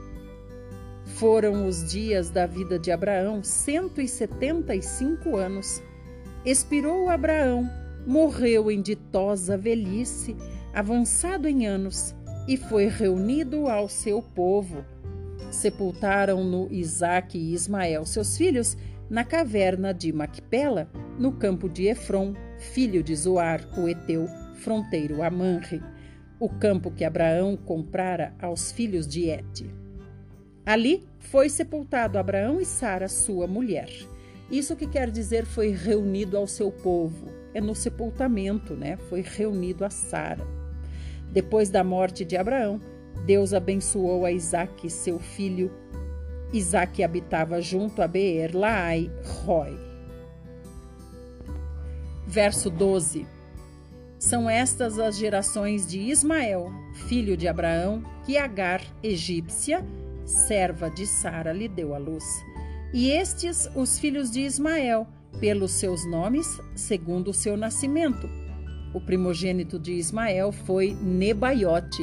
Foram os dias da vida de Abraão cento e setenta e cinco anos. Expirou Abraão, morreu em ditosa velhice, avançado em anos, e foi reunido ao seu povo. Sepultaram-no Isaque e Ismael, seus filhos, na caverna de Macpela, no campo de Efron, filho de Zoar, o Eteu, fronteiro a Manre, o campo que Abraão comprara aos filhos de Et. Ali foi sepultado Abraão e Sara, sua mulher. Isso que quer dizer foi reunido ao seu povo. É no sepultamento, né? Foi reunido a Sara. Depois da morte de Abraão, Deus abençoou a Isaque, seu filho. Isaque habitava junto a Beer Laai Roi. Verso doze. São estas as gerações de Ismael, filho de Abraão, que Agar, egípcia, serva de Sara, lhe deu à luz. E estes os filhos de Ismael, pelos seus nomes, segundo o seu nascimento. O primogênito de Ismael foi Nebaiote.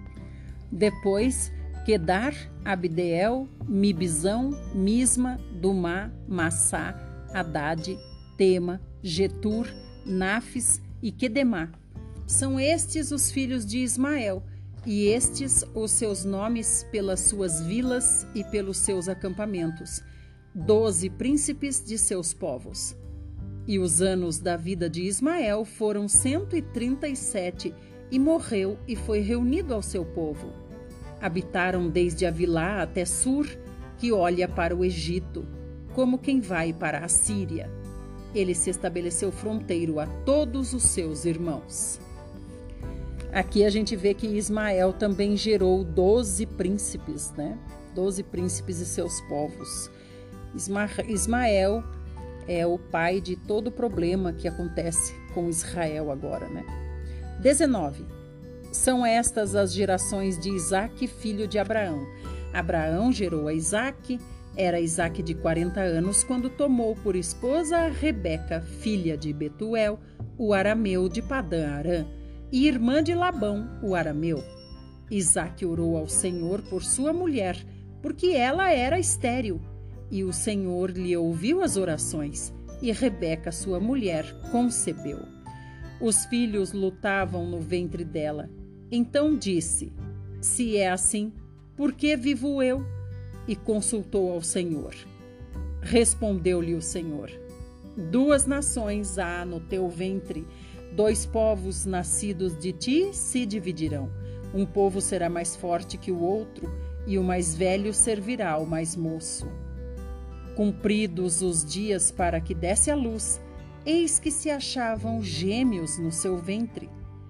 Depois, Quedar, Abdeel, Mibzão, Misma, Dumá, Massá, Haddad, Tema, Getur, Nafis e Quedemá. São estes os filhos de Ismael, e estes os seus nomes pelas suas vilas e pelos seus acampamentos, doze príncipes de seus povos. E os anos da vida de Ismael foram cento e trinta e sete, e morreu e foi reunido ao seu povo. Habitaram desde Avilá até Sur, que olha para o Egito, como quem vai para a Síria. Ele se estabeleceu fronteiro a todos os seus irmãos. Aqui a gente vê que Ismael também gerou doze príncipes, né? Doze príncipes e seus povos. Isma- Ismael é o pai de todo o problema que acontece com Israel agora, né? dezenove. São estas as gerações de Isaque, filho de Abraão. Abraão gerou a Isaque. Era Isaque de quarenta anos quando tomou por esposa a Rebeca, filha de Betuel, o arameu de Padã-Arã, e irmã de Labão, o arameu. Isaque orou ao Senhor por sua mulher, porque ela era estéril. E o Senhor lhe ouviu as orações, e Rebeca, sua mulher, concebeu. Os filhos lutavam no ventre dela. Então disse: se é assim, por que vivo eu? E consultou ao Senhor. Respondeu-lhe o Senhor: duas nações há no teu ventre, dois povos nascidos de ti se dividirão. Um povo será mais forte que o outro, e o mais velho servirá ao mais moço. Cumpridos os dias para que desse à luz, eis que se achavam gêmeos no seu ventre.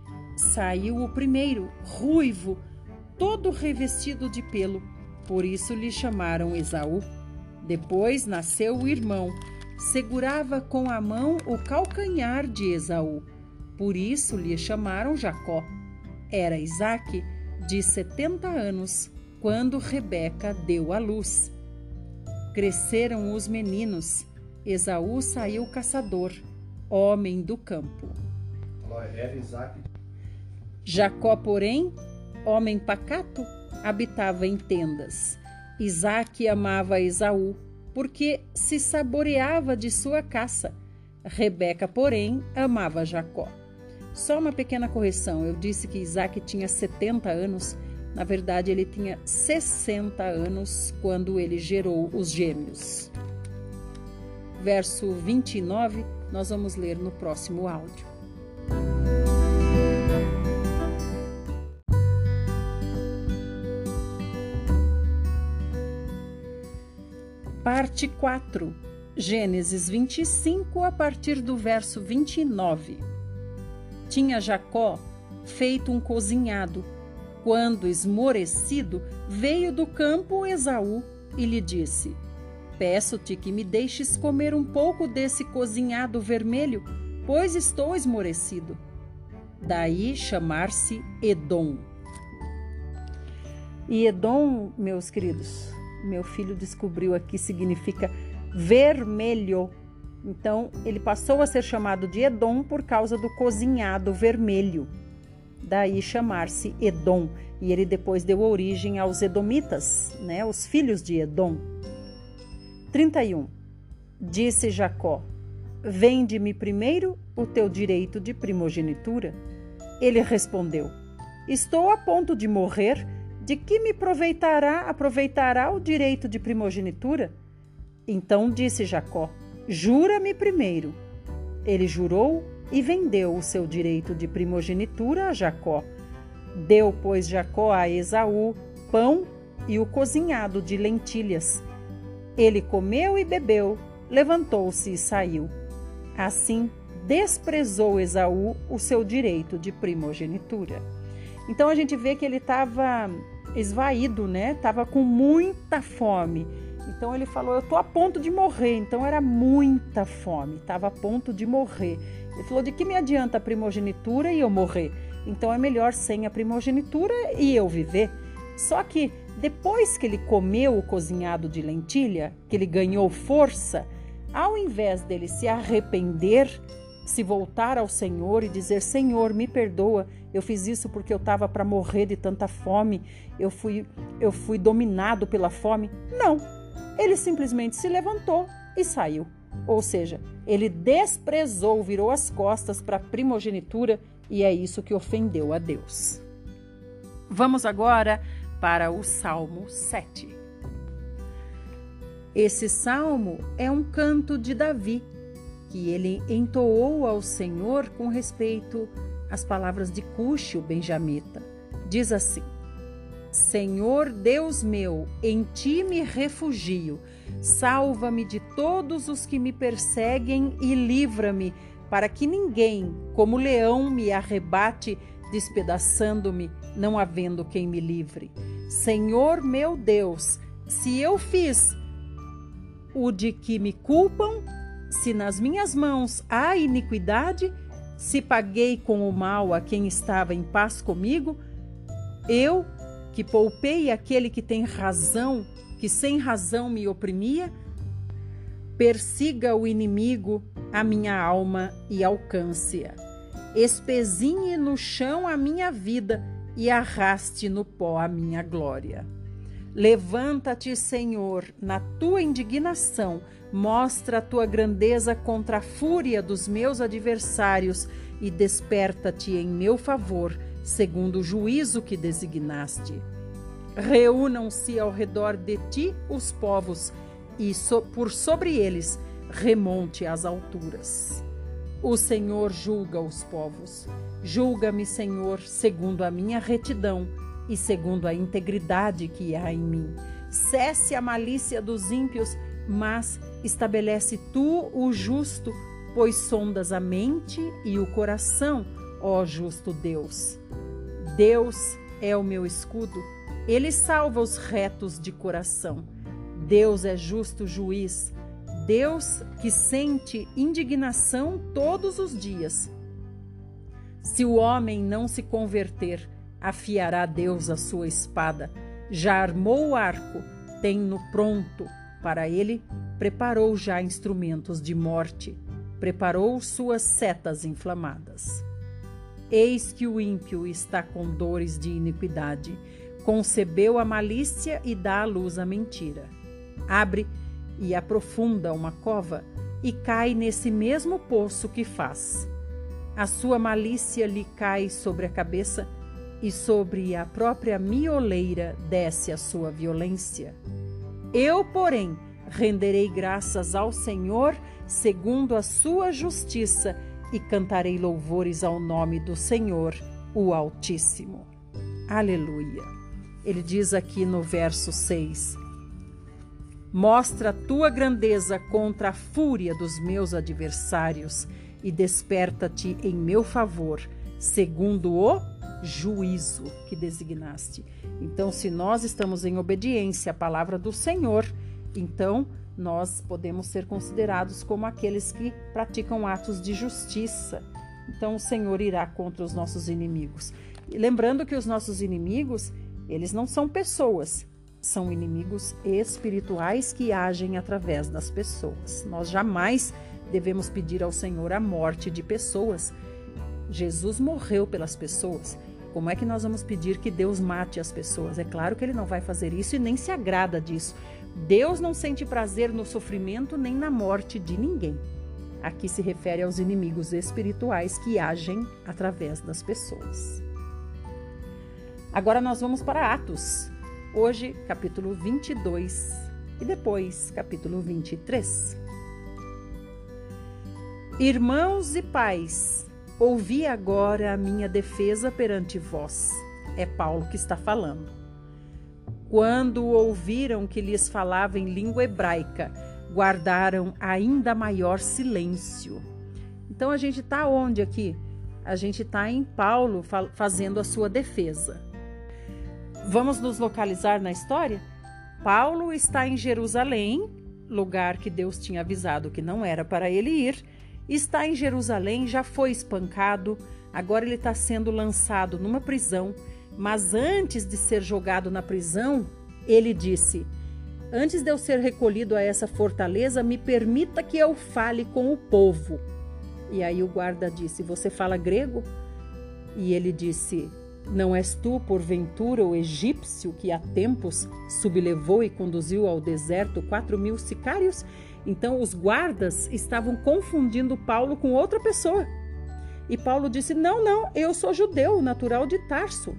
Saiu o primeiro, ruivo, todo revestido de pelo, por isso lhe chamaram Esaú. Depois nasceu o irmão, segurava com a mão o calcanhar de Esaú, por isso lhe chamaram Jacó. Era Isaque de setenta anos, quando Rebeca deu à luz. Cresceram os meninos. Esaú saiu caçador, homem do campo. Era Isaque. Jacó, porém, homem pacato, habitava em tendas. Isaque amava Esaú, porque se saboreava de sua caça. Rebeca, porém, amava Jacó. Só uma pequena correção, eu disse que Isaque tinha setenta anos, na verdade ele tinha sessenta anos quando ele gerou os gêmeos. Verso vinte e nove, nós vamos ler no próximo áudio. Parte quatro, Gênesis vinte e cinco, a partir do verso vinte e nove. Tinha Jacó feito um cozinhado. Quando esmorecido, veio do campo Esaú e lhe disse: peço-te que me deixes comer um pouco desse cozinhado vermelho, pois estou esmorecido. Daí chamar-se Edom. E Edom, meus queridos, meu filho descobriu aqui, significa vermelho. Então, ele passou a ser chamado de Edom por causa do cozinhado vermelho. Daí chamar-se Edom. E ele depois deu origem aos edomitas, né? Os filhos de Edom. trinta e um. Disse Jacó: vende-me primeiro o teu direito de primogenitura. Ele respondeu: estou a ponto de morrer, De que me aproveitará, aproveitará o direito de primogenitura? Então disse Jacó: jura-me primeiro. Ele jurou e vendeu o seu direito de primogenitura a Jacó. Deu, pois, Jacó a Esaú pão e o cozinhado de lentilhas. Ele comeu e bebeu, levantou-se e saiu. Assim, desprezou Esaú o seu direito de primogenitura. Então a gente vê que ele estava esvaído, né? Estava com muita fome. Então ele falou: eu estou a ponto de morrer. Então era muita fome, estava a ponto de morrer. Ele falou: de que me adianta a primogenitura e eu morrer? Então é melhor sem a primogenitura e eu viver. Só que depois que ele comeu o cozinhado de lentilha, que ele ganhou força, ao invés dele se arrepender, se voltar ao Senhor e dizer: Senhor, me perdoa, eu fiz isso porque eu estava para morrer de tanta fome, eu fui, eu fui dominado pela fome. Não, ele simplesmente se levantou e saiu. Ou seja, ele desprezou, virou as costas para a primogenitura, e é isso que ofendeu a Deus. Vamos agora para o Salmo sete. Esse salmo é um canto de Davi, que ele entoou ao Senhor com respeito às palavras de Cuxi, o benjamita. Diz assim: Senhor Deus meu, em ti me refugio, salva-me de todos os que me perseguem e livra-me, para que ninguém, como leão, me arrebate, despedaçando-me, não havendo quem me livre. Senhor meu Deus, se eu fiz o de que me culpam, se nas minhas mãos há iniquidade, se paguei com o mal a quem estava em paz comigo, eu que poupei aquele que tem razão, que sem razão me oprimia, persiga o inimigo a minha alma e alcance-a. Espezinhe no chão a minha vida e arraste no pó a minha glória. Levanta-te, Senhor, na tua indignação, mostra a tua grandeza contra a fúria dos meus adversários e desperta-te em meu favor, segundo o juízo que designaste. Reúnam-se ao redor de ti os povos e so, por sobre eles remonte as alturas. O Senhor julga os povos. Julga-me, Senhor, segundo a minha retidão e segundo a integridade que há em mim. Cesse a malícia dos ímpios, mas estabelece tu o justo, pois sondas a mente e o coração, ó justo Deus. Deus é o meu escudo, ele salva os retos de coração. Deus é justo juiz, Deus que sente indignação todos os dias. Se o homem não se converter, afiará Deus a sua espada. Já armou o arco, tem-no pronto. Para ele, preparou já instrumentos de morte. Preparou suas setas inflamadas. Eis que o ímpio está com dores de iniquidade. Concebeu a malícia e dá à luz a mentira. Abre e aprofunda uma cova e cai nesse mesmo poço que faz. A sua malícia lhe cai sobre a cabeça e sobre a própria mioleira desce a sua violência. Eu, porém, renderei graças ao Senhor segundo a sua justiça e cantarei louvores ao nome do Senhor, o Altíssimo. Aleluia. Ele diz aqui no verso seis: mostra a tua grandeza contra a fúria dos meus adversários e desperta-te em meu favor, segundo o juízo que designaste. Então, se nós estamos em obediência à palavra do Senhor, então nós podemos ser considerados como aqueles que praticam atos de justiça. Então, o Senhor irá contra os nossos inimigos. E lembrando que os nossos inimigos, eles não são pessoas, são inimigos espirituais que agem através das pessoas. Nós jamais devemos pedir ao Senhor a morte de pessoas. Jesus morreu pelas pessoas. Como é que nós vamos pedir que Deus mate as pessoas? É claro que ele não vai fazer isso e nem se agrada disso. Deus não sente prazer no sofrimento nem na morte de ninguém. Aqui se refere aos inimigos espirituais que agem através das pessoas. Agora nós vamos para Atos. Hoje, capítulo vinte e dois e depois, capítulo vinte e três. Irmãos e pais, ouvi agora a minha defesa perante vós. É Paulo que está falando. Quando ouviram que lhes falava em língua hebraica, guardaram ainda maior silêncio. Então a gente está onde aqui? A gente está em Paulo fazendo a sua defesa. Vamos nos localizar na história? Paulo está em Jerusalém, lugar que Deus tinha avisado que não era para ele ir. Está em Jerusalém, já foi espancado, agora ele está sendo lançado numa prisão. Mas antes de ser jogado na prisão, ele disse: antes de eu ser recolhido a essa fortaleza, me permita que eu fale com o povo. E aí o guarda disse: você fala grego? E ele disse: não és tu, porventura, o egípcio que há tempos sublevou e conduziu ao deserto quatro mil sicários? Então os guardas estavam confundindo Paulo com outra pessoa. E Paulo disse: não, não, eu sou judeu, natural de Tarso.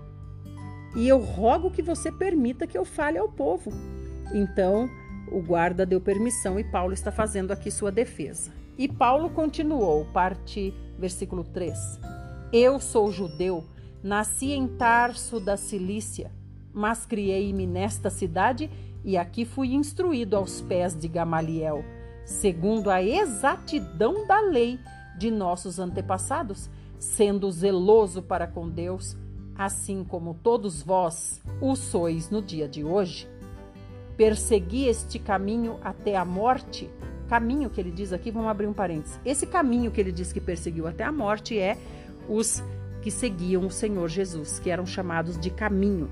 E eu rogo que você permita que eu fale ao povo. Então o guarda deu permissão e Paulo está fazendo aqui sua defesa. E Paulo continuou, parte versículo três. Eu sou judeu, nasci em Tarso da Cilícia, mas criei-me nesta cidade e aqui fui instruído aos pés de Gamaliel, segundo a exatidão da lei de nossos antepassados, sendo zeloso para com Deus, assim como todos vós o sois no dia de hoje. Persegui este caminho até a morte. Caminho que ele diz aqui, vamos abrir um parênteses. Esse caminho que ele diz que perseguiu até a morte é os que seguiam o Senhor Jesus, que eram chamados de caminho.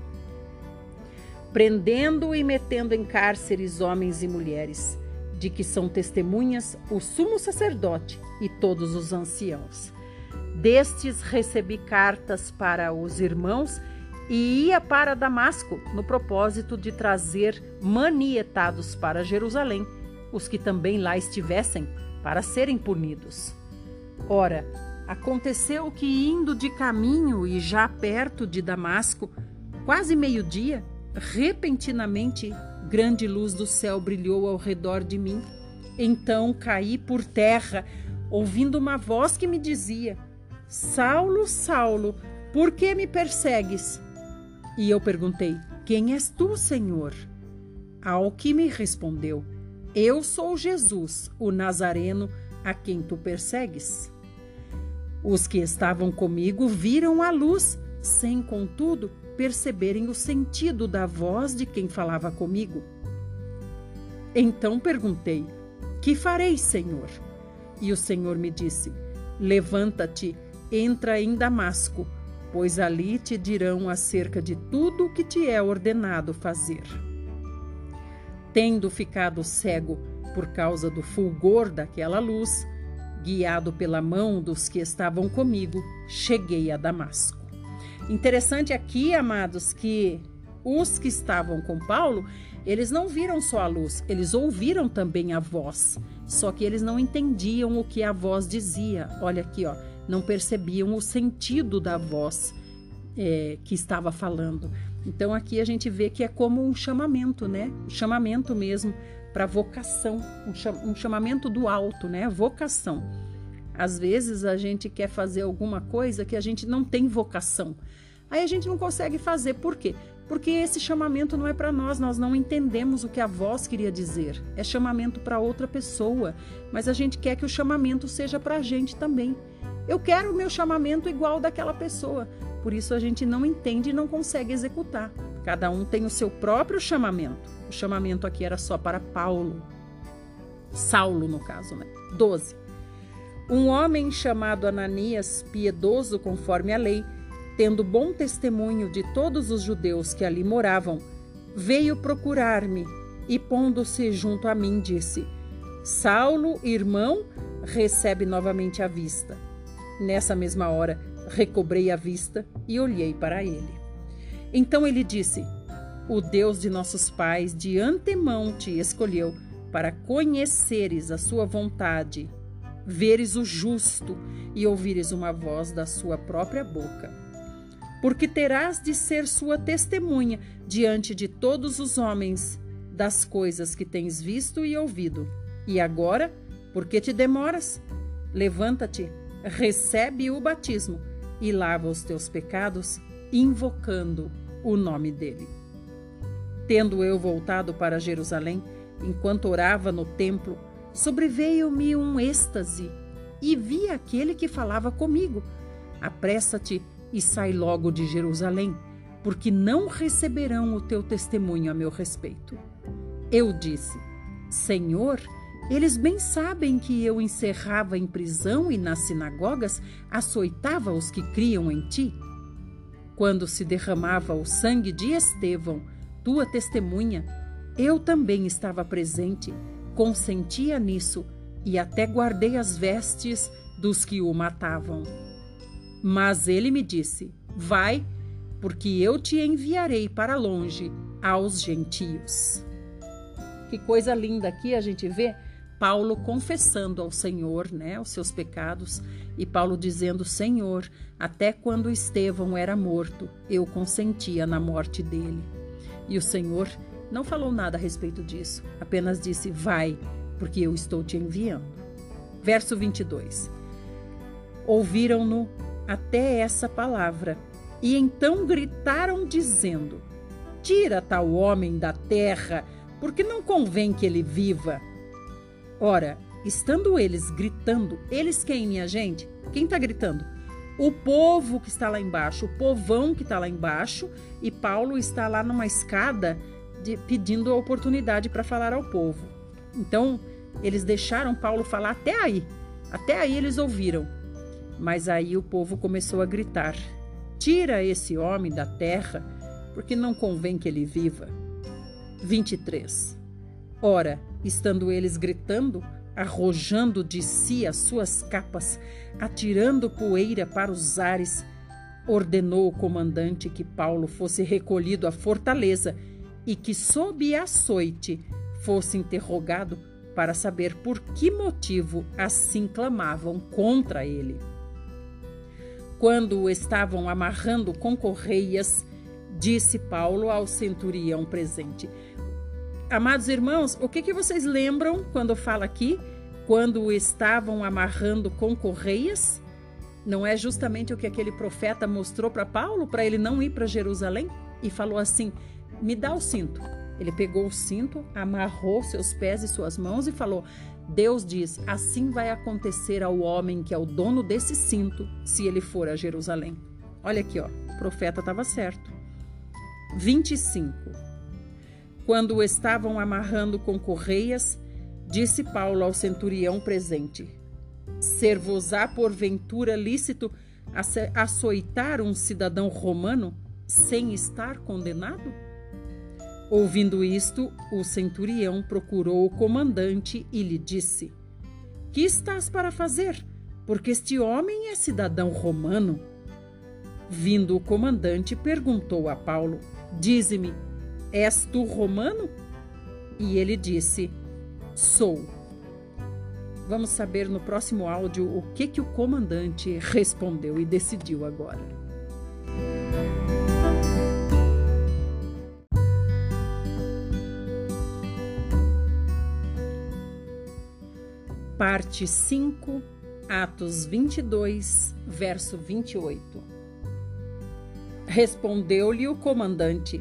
Prendendo e metendo em cárceres homens e mulheres, de que são testemunhas o sumo sacerdote e todos os anciãos. Destes recebi cartas para os irmãos e ia para Damasco, no propósito de trazer manietados para Jerusalém os que também lá estivessem, para serem punidos. Ora, aconteceu que, indo de caminho e já perto de Damasco, quase meio-dia, repentinamente grande luz do céu brilhou ao redor de mim. Então caí por terra, ouvindo uma voz que me dizia: Saulo, Saulo, por que me persegues? E eu perguntei: quem és tu, Senhor? Ao que me respondeu: eu sou Jesus, o Nazareno, a quem tu persegues. Os que estavam comigo viram a luz, sem, contudo, perceberem o sentido da voz de quem falava comigo. Então perguntei: que farei, Senhor? E o Senhor me disse: levanta-te, entra em Damasco, pois ali te dirão acerca de tudo o que te é ordenado fazer. Tendo ficado cego por causa do fulgor daquela luz, guiado pela mão dos que estavam comigo, cheguei a Damasco. Interessante aqui, amados, que os que estavam com Paulo, eles não viram só a luz, eles ouviram também a voz, só que eles não entendiam o que a voz dizia. Olha aqui, ó, não percebiam o sentido da voz é, que estava falando. Então aqui a gente vê que é como um chamamento, né? Um chamamento mesmo para vocação, um chamamento do alto, né? Vocação. Às vezes a gente quer fazer alguma coisa que a gente não tem vocação. Aí a gente não consegue fazer. Por quê? Porque esse chamamento não é para nós, nós não entendemos o que a voz queria dizer. É chamamento para outra pessoa, mas a gente quer que o chamamento seja para a gente também. Eu quero o meu chamamento igual daquela pessoa. Por isso a gente não entende e não consegue executar. Cada um tem o seu próprio chamamento. O chamamento aqui era só para Paulo. Saulo, no caso, né? doze. Um homem chamado Ananias, piedoso conforme a lei, tendo bom testemunho de todos os judeus que ali moravam, veio procurar-me e, pondo-se junto a mim, disse: Saulo, irmão, recebe novamente a vista. Nessa mesma hora, recobrei a vista e olhei para ele. Então ele disse: o Deus de nossos pais de antemão te escolheu para conheceres a sua vontade, veres o justo e ouvires uma voz da sua própria boca. porque terás de ser sua testemunha diante de todos os homens das coisas que tens visto e ouvido. E agora, por que te demoras? Levanta-te, recebe o batismo e lava os teus pecados, invocando o nome dele. Tendo eu voltado para Jerusalém, enquanto orava no templo, sobreveio-me um êxtase e vi aquele que falava comigo: apressa-te e sai logo de Jerusalém, porque não receberão o teu testemunho a meu respeito. Eu disse: Senhor, eles bem sabem que eu encerrava em prisão e nas sinagogas açoitava os que criam em ti. Quando se derramava o sangue de Estevão, tua testemunha, eu também estava presente, consentia nisso e até guardei as vestes dos que o matavam. Mas ele me disse: vai, porque eu te enviarei para longe aos gentios. Que coisa linda aqui a gente vê Paulo confessando ao Senhor, né, os seus pecados, e Paulo dizendo: Senhor, até quando Estevão era morto, eu consentia na morte dele. E o Senhor não falou nada a respeito disso, apenas disse: vai, porque eu estou te enviando. Verso vinte e dois. Ouviram-no até essa palavra, e então gritaram dizendo: tira tal homem da terra, porque não convém que ele viva. Ora, estando eles gritando, eles quem, minha gente? Quem está gritando? O povo que está lá embaixo, o povão que está lá embaixo, e Paulo está lá numa escada de, pedindo a oportunidade para falar ao povo. Então, eles deixaram Paulo falar até aí. Até aí eles ouviram. Mas aí o povo começou a gritar: tira esse homem da terra, porque não convém que ele viva. vinte e três. Ora, estando eles gritando, arrojando de si as suas capas, atirando poeira para os ares, ordenou o comandante que Paulo fosse recolhido à fortaleza e que, sob açoite, fosse interrogado para saber por que motivo assim clamavam contra ele. Quando o estavam amarrando com correias, disse Paulo ao centurião presente: amados irmãos, o que, que vocês lembram quando fala aqui? Quando o estavam amarrando com correias? Não é justamente o que aquele profeta mostrou para Paulo, para ele não ir para Jerusalém? E falou assim: me dá o cinto. Ele pegou o cinto, amarrou seus pés e suas mãos e falou: Deus diz, assim vai acontecer ao homem que é o dono desse cinto, se ele for a Jerusalém. Olha aqui, ó, o profeta estava certo. vinte e cinco. Quando o estavam amarrando com correias, disse Paulo ao centurião presente: ser-vos-á porventura lícito açoitar um cidadão romano sem estar condenado? Ouvindo isto, o centurião procurou o comandante e lhe disse: que estás para fazer? Porque este homem é cidadão romano. Vindo o comandante, perguntou a Paulo: dize-me, és tu romano? E ele disse: sou. Vamos saber no próximo áudio o que, que o comandante respondeu e decidiu agora. Parte cinco, Atos vinte e dois, verso vinte e oito. Respondeu-lhe o comandante: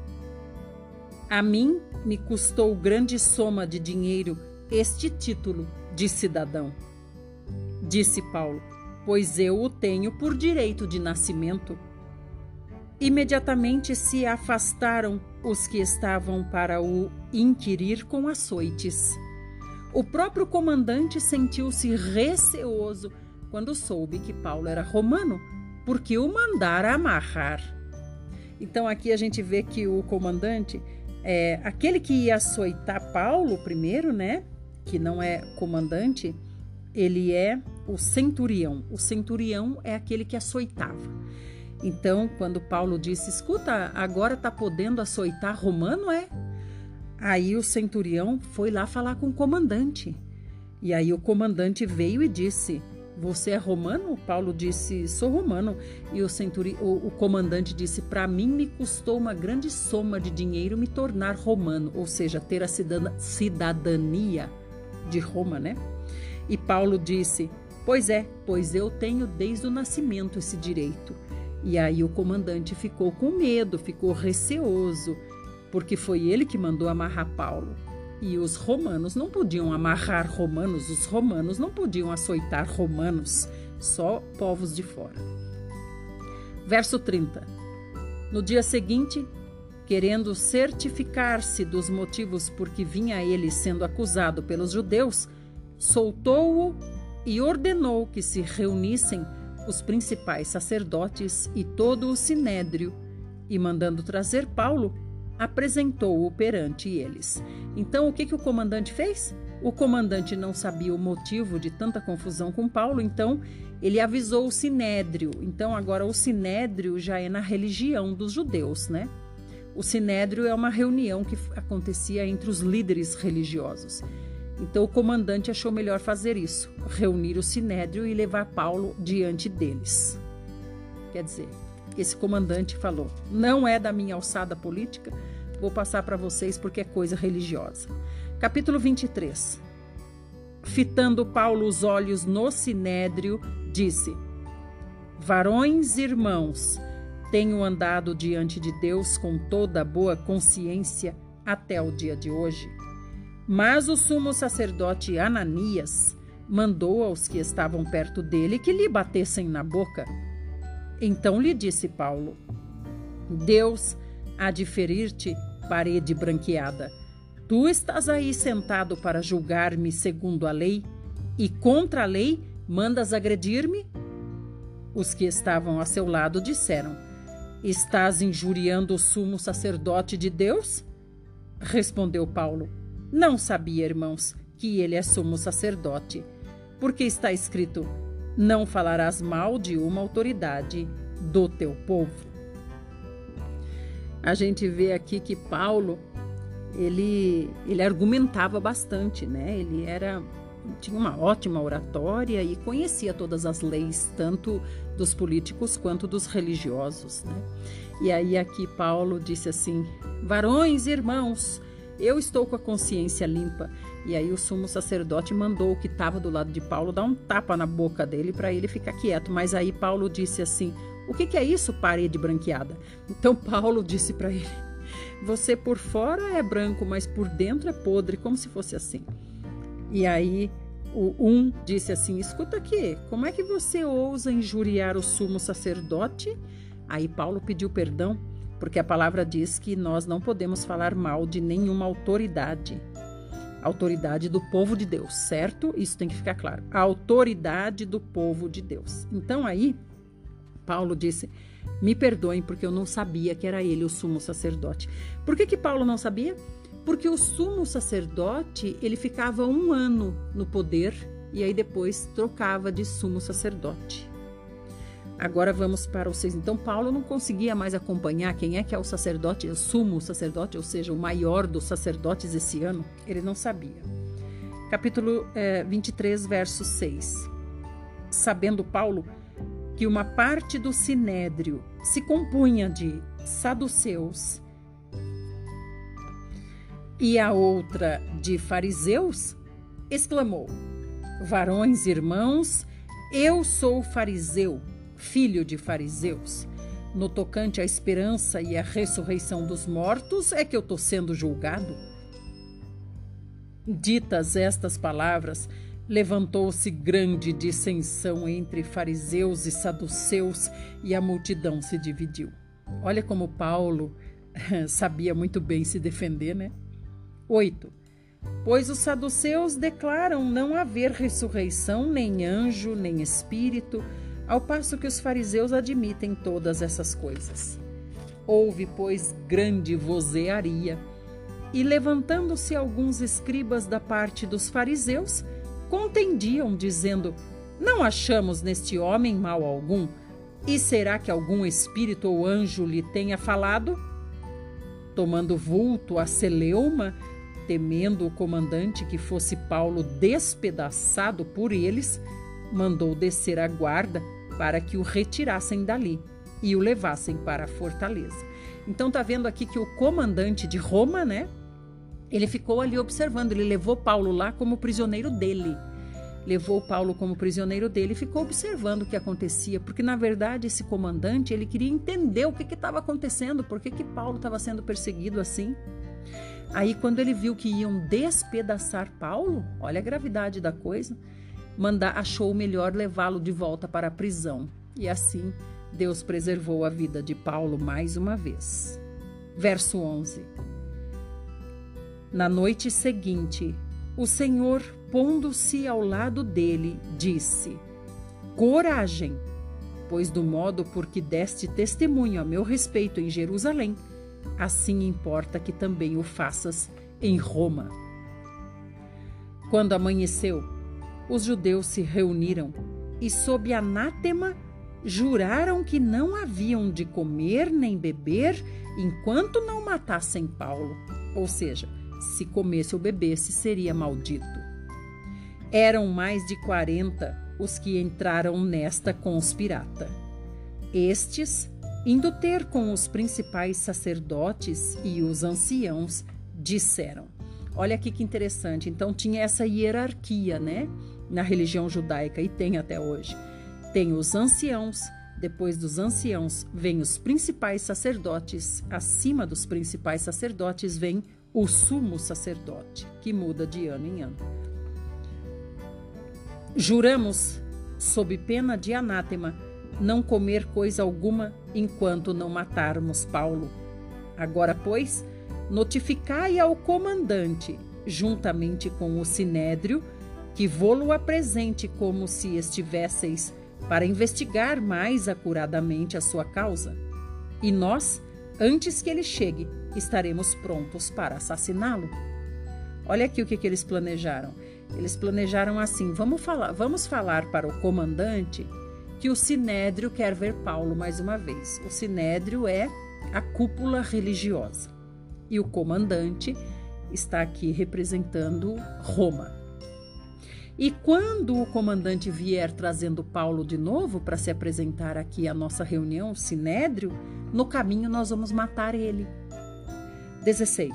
a mim me custou grande soma de dinheiro este título de cidadão. Disse Paulo: pois eu o tenho por direito de nascimento. Imediatamente se afastaram os que estavam para o inquirir com açoites. O próprio comandante sentiu-se receoso quando soube que Paulo era romano, porque o mandara amarrar. Então aqui a gente vê que o comandante, é, aquele que ia açoitar Paulo primeiro, né, que não é comandante, ele é o centurião. O centurião é aquele que açoitava. Então, quando Paulo disse: escuta, agora está podendo açoitar romano, é? Aí o centurião foi lá falar com o comandante. E aí o comandante veio e disse: você é romano? Paulo disse, sou romano. E o, centuri... o, o comandante disse, para mim me custou uma grande soma de dinheiro me tornar romano, ou seja, ter a cidadania de Roma, né? E Paulo disse, pois é, pois eu tenho desde o nascimento esse direito. E aí o comandante ficou com medo, ficou receoso, porque foi ele que mandou amarrar Paulo. E os romanos não podiam amarrar romanos, os romanos não podiam açoitar romanos, só povos de fora. Verso trinta. No dia seguinte, querendo certificar-se dos motivos por que vinha ele sendo acusado pelos judeus, soltou-o e ordenou que se reunissem os principais sacerdotes e todo o sinédrio, e mandando trazer Paulo, apresentou-o perante eles. Então, o que, que o comandante fez? O comandante não sabia o motivo de tanta confusão com Paulo, então ele avisou o sinédrio. Então, agora o sinédrio já é na religião dos judeus, né? O sinédrio é uma reunião que acontecia entre os líderes religiosos. Então, o comandante achou melhor fazer isso, reunir o sinédrio e levar Paulo diante deles. Quer dizer, esse comandante falou, não é da minha alçada política, vou passar para vocês porque é coisa religiosa. Capítulo vinte e três. Fitando Paulo os olhos no sinédrio, disse, varões e irmãos, tenho andado diante de Deus com toda a boa consciência até o dia de hoje. Mas o sumo sacerdote Ananias mandou aos que estavam perto dele que lhe batessem na boca. Então lhe disse Paulo, Deus há de ferir-te, parede branqueada. Tu estás aí sentado para julgar-me segundo a lei, e contra a lei mandas agredir-me? Os que estavam a seu lado disseram, estás injuriando o sumo sacerdote de Deus? Respondeu Paulo, não sabia, irmãos, que ele é sumo sacerdote, porque está escrito, não falarás mal de uma autoridade do teu povo. A gente vê aqui que Paulo, ele, ele argumentava bastante, né? Ele era, tinha uma ótima oratória e conhecia todas as leis, tanto dos políticos quanto dos religiosos, né? E aí aqui Paulo disse assim, varões e irmãos, eu estou com a consciência limpa. E aí o sumo sacerdote mandou o que estava do lado de Paulo dar um tapa na boca dele para ele ficar quieto. Mas aí Paulo disse assim, o que, que é isso, parede branqueada? Então Paulo disse para ele, você por fora é branco, mas por dentro é podre, como se fosse assim. E aí o um disse assim, escuta aqui, como é que você ousa injuriar o sumo sacerdote? Aí Paulo pediu perdão, porque a palavra diz que nós não podemos falar mal de nenhuma autoridade. Autoridade do povo de Deus, certo? Isso tem que ficar claro. A autoridade do povo de Deus. Então aí, Paulo disse, me perdoem porque eu não sabia que era ele o sumo sacerdote. Por que que Paulo não sabia? Porque o sumo sacerdote, ele ficava um ano no poder e aí depois trocava de sumo sacerdote. Agora vamos para o seis. Então, Paulo não conseguia mais acompanhar quem é que é o sacerdote, o sumo sacerdote, ou seja, o maior dos sacerdotes esse ano. Ele não sabia. Capítulo eh, vinte e três, verso seis. Sabendo Paulo que uma parte do sinédrio se compunha de saduceus e a outra de fariseus, exclamou, varões e irmãos, eu sou fariseu, filho de fariseus. No tocante à esperança e à ressurreição dos mortos, é que eu estou sendo julgado. Ditas estas palavras, levantou-se grande dissensão entre fariseus e saduceus e a multidão se dividiu. Olha como Paulo sabia muito bem se defender, né? oito. Pois os saduceus declaram não haver ressurreição, nem anjo, nem espírito, ao passo que os fariseus admitem todas essas coisas. Houve, pois, grande vozearia, e levantando-se alguns escribas da parte dos fariseus, contendiam, dizendo, não achamos neste homem mal algum, e será que algum espírito ou anjo lhe tenha falado? Tomando vulto a celeuma, temendo o comandante que fosse Paulo despedaçado por eles, mandou descer a guarda para que o retirassem dali e o levassem para a fortaleza. Então tá vendo aqui que o comandante de Roma, né? Ele ficou ali observando, ele levou Paulo lá como prisioneiro dele. Levou Paulo como prisioneiro dele e ficou observando o que acontecia, porque na verdade esse comandante, ele queria entender o que estava acontecendo, por que que Paulo estava sendo perseguido assim. Aí quando ele viu que iam despedaçar Paulo, olha a gravidade da coisa, mandar, achou melhor levá-lo de volta para a prisão. E assim Deus preservou a vida de Paulo mais uma vez. Verso onze. Na noite seguinte, o Senhor, pondo-se ao lado dele, disse: Coragem, pois do modo por que deste testemunho a meu respeito em Jerusalém, assim importa que também o faças em Roma. Quando amanheceu, os judeus se reuniram e, sob anátema, juraram que não haviam de comer nem beber enquanto não matassem Paulo. Ou seja, se comesse ou bebesse, seria maldito. Eram mais de quarenta os que entraram nesta conspirata. Estes, indo ter com os principais sacerdotes e os anciãos, disseram. Olha aqui que interessante. Então tinha essa hierarquia, né? Na religião judaica, e tem até hoje. Tem os anciãos, depois dos anciãos vem os principais sacerdotes, acima dos principais sacerdotes vem o sumo sacerdote, que muda de ano em ano. Juramos, sob pena de anátema, não comer coisa alguma enquanto não matarmos Paulo. Agora, pois, notificai ao comandante, juntamente com o sinédrio, que vô-lo apresente como se estivesseis para investigar mais acuradamente a sua causa. E nós, antes que ele chegue, estaremos prontos para assassiná-lo. Olha aqui o que, que eles planejaram. Eles planejaram assim, vamos falar, vamos falar para o comandante que o sinédrio quer ver Paulo mais uma vez. O sinédrio é a cúpula religiosa. E o comandante está aqui representando Roma. E quando o comandante vier trazendo Paulo de novo para se apresentar aqui à nossa reunião, o sinédrio, no caminho nós vamos matar ele. dezesseis.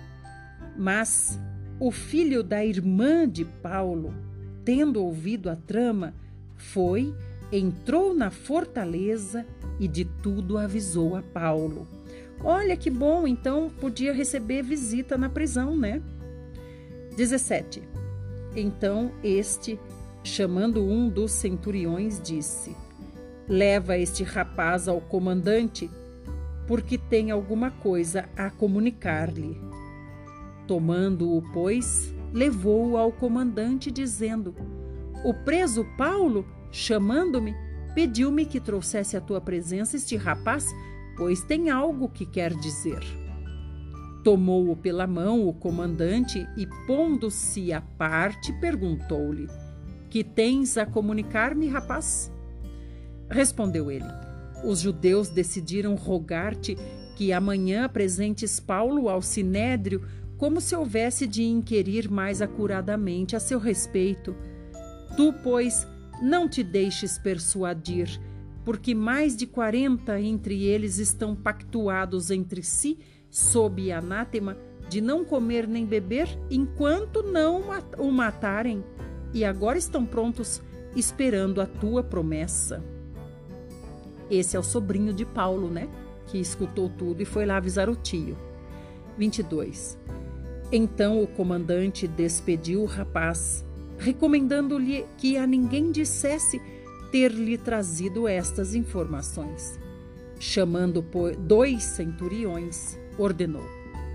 Mas o filho da irmã de Paulo, tendo ouvido a trama, foi, entrou na fortaleza e de tudo avisou a Paulo. Olha que bom, então podia receber visita na prisão, né? dezessete. Então este, chamando um dos centuriões, disse: Leva este rapaz ao comandante, porque tem alguma coisa a comunicar-lhe. Tomando-o, pois, levou-o ao comandante, dizendo: O preso Paulo, chamando-me, pediu-me que trouxesse à tua presença este rapaz, pois tem algo que quer dizer. Tomou-o pela mão o comandante e, pondo-se à parte, perguntou-lhe: Que tens a comunicar-me, rapaz? Respondeu ele: Os judeus decidiram rogar-te que amanhã apresentes Paulo ao sinédrio, como se houvesse de inquirir mais acuradamente a seu respeito. Tu, pois, não te deixes persuadir, porque mais de quarenta entre eles estão pactuados entre si, sob anátema, de não comer nem beber enquanto não o matarem, e agora estão prontos, esperando a tua promessa. Esse é o sobrinho de Paulo, né? Que escutou tudo e foi lá avisar o tio. vinte e dois. Então o comandante despediu o rapaz, recomendando-lhe que a ninguém dissesse ter-lhe trazido estas informações. Chamando dois centuriões, ordenou: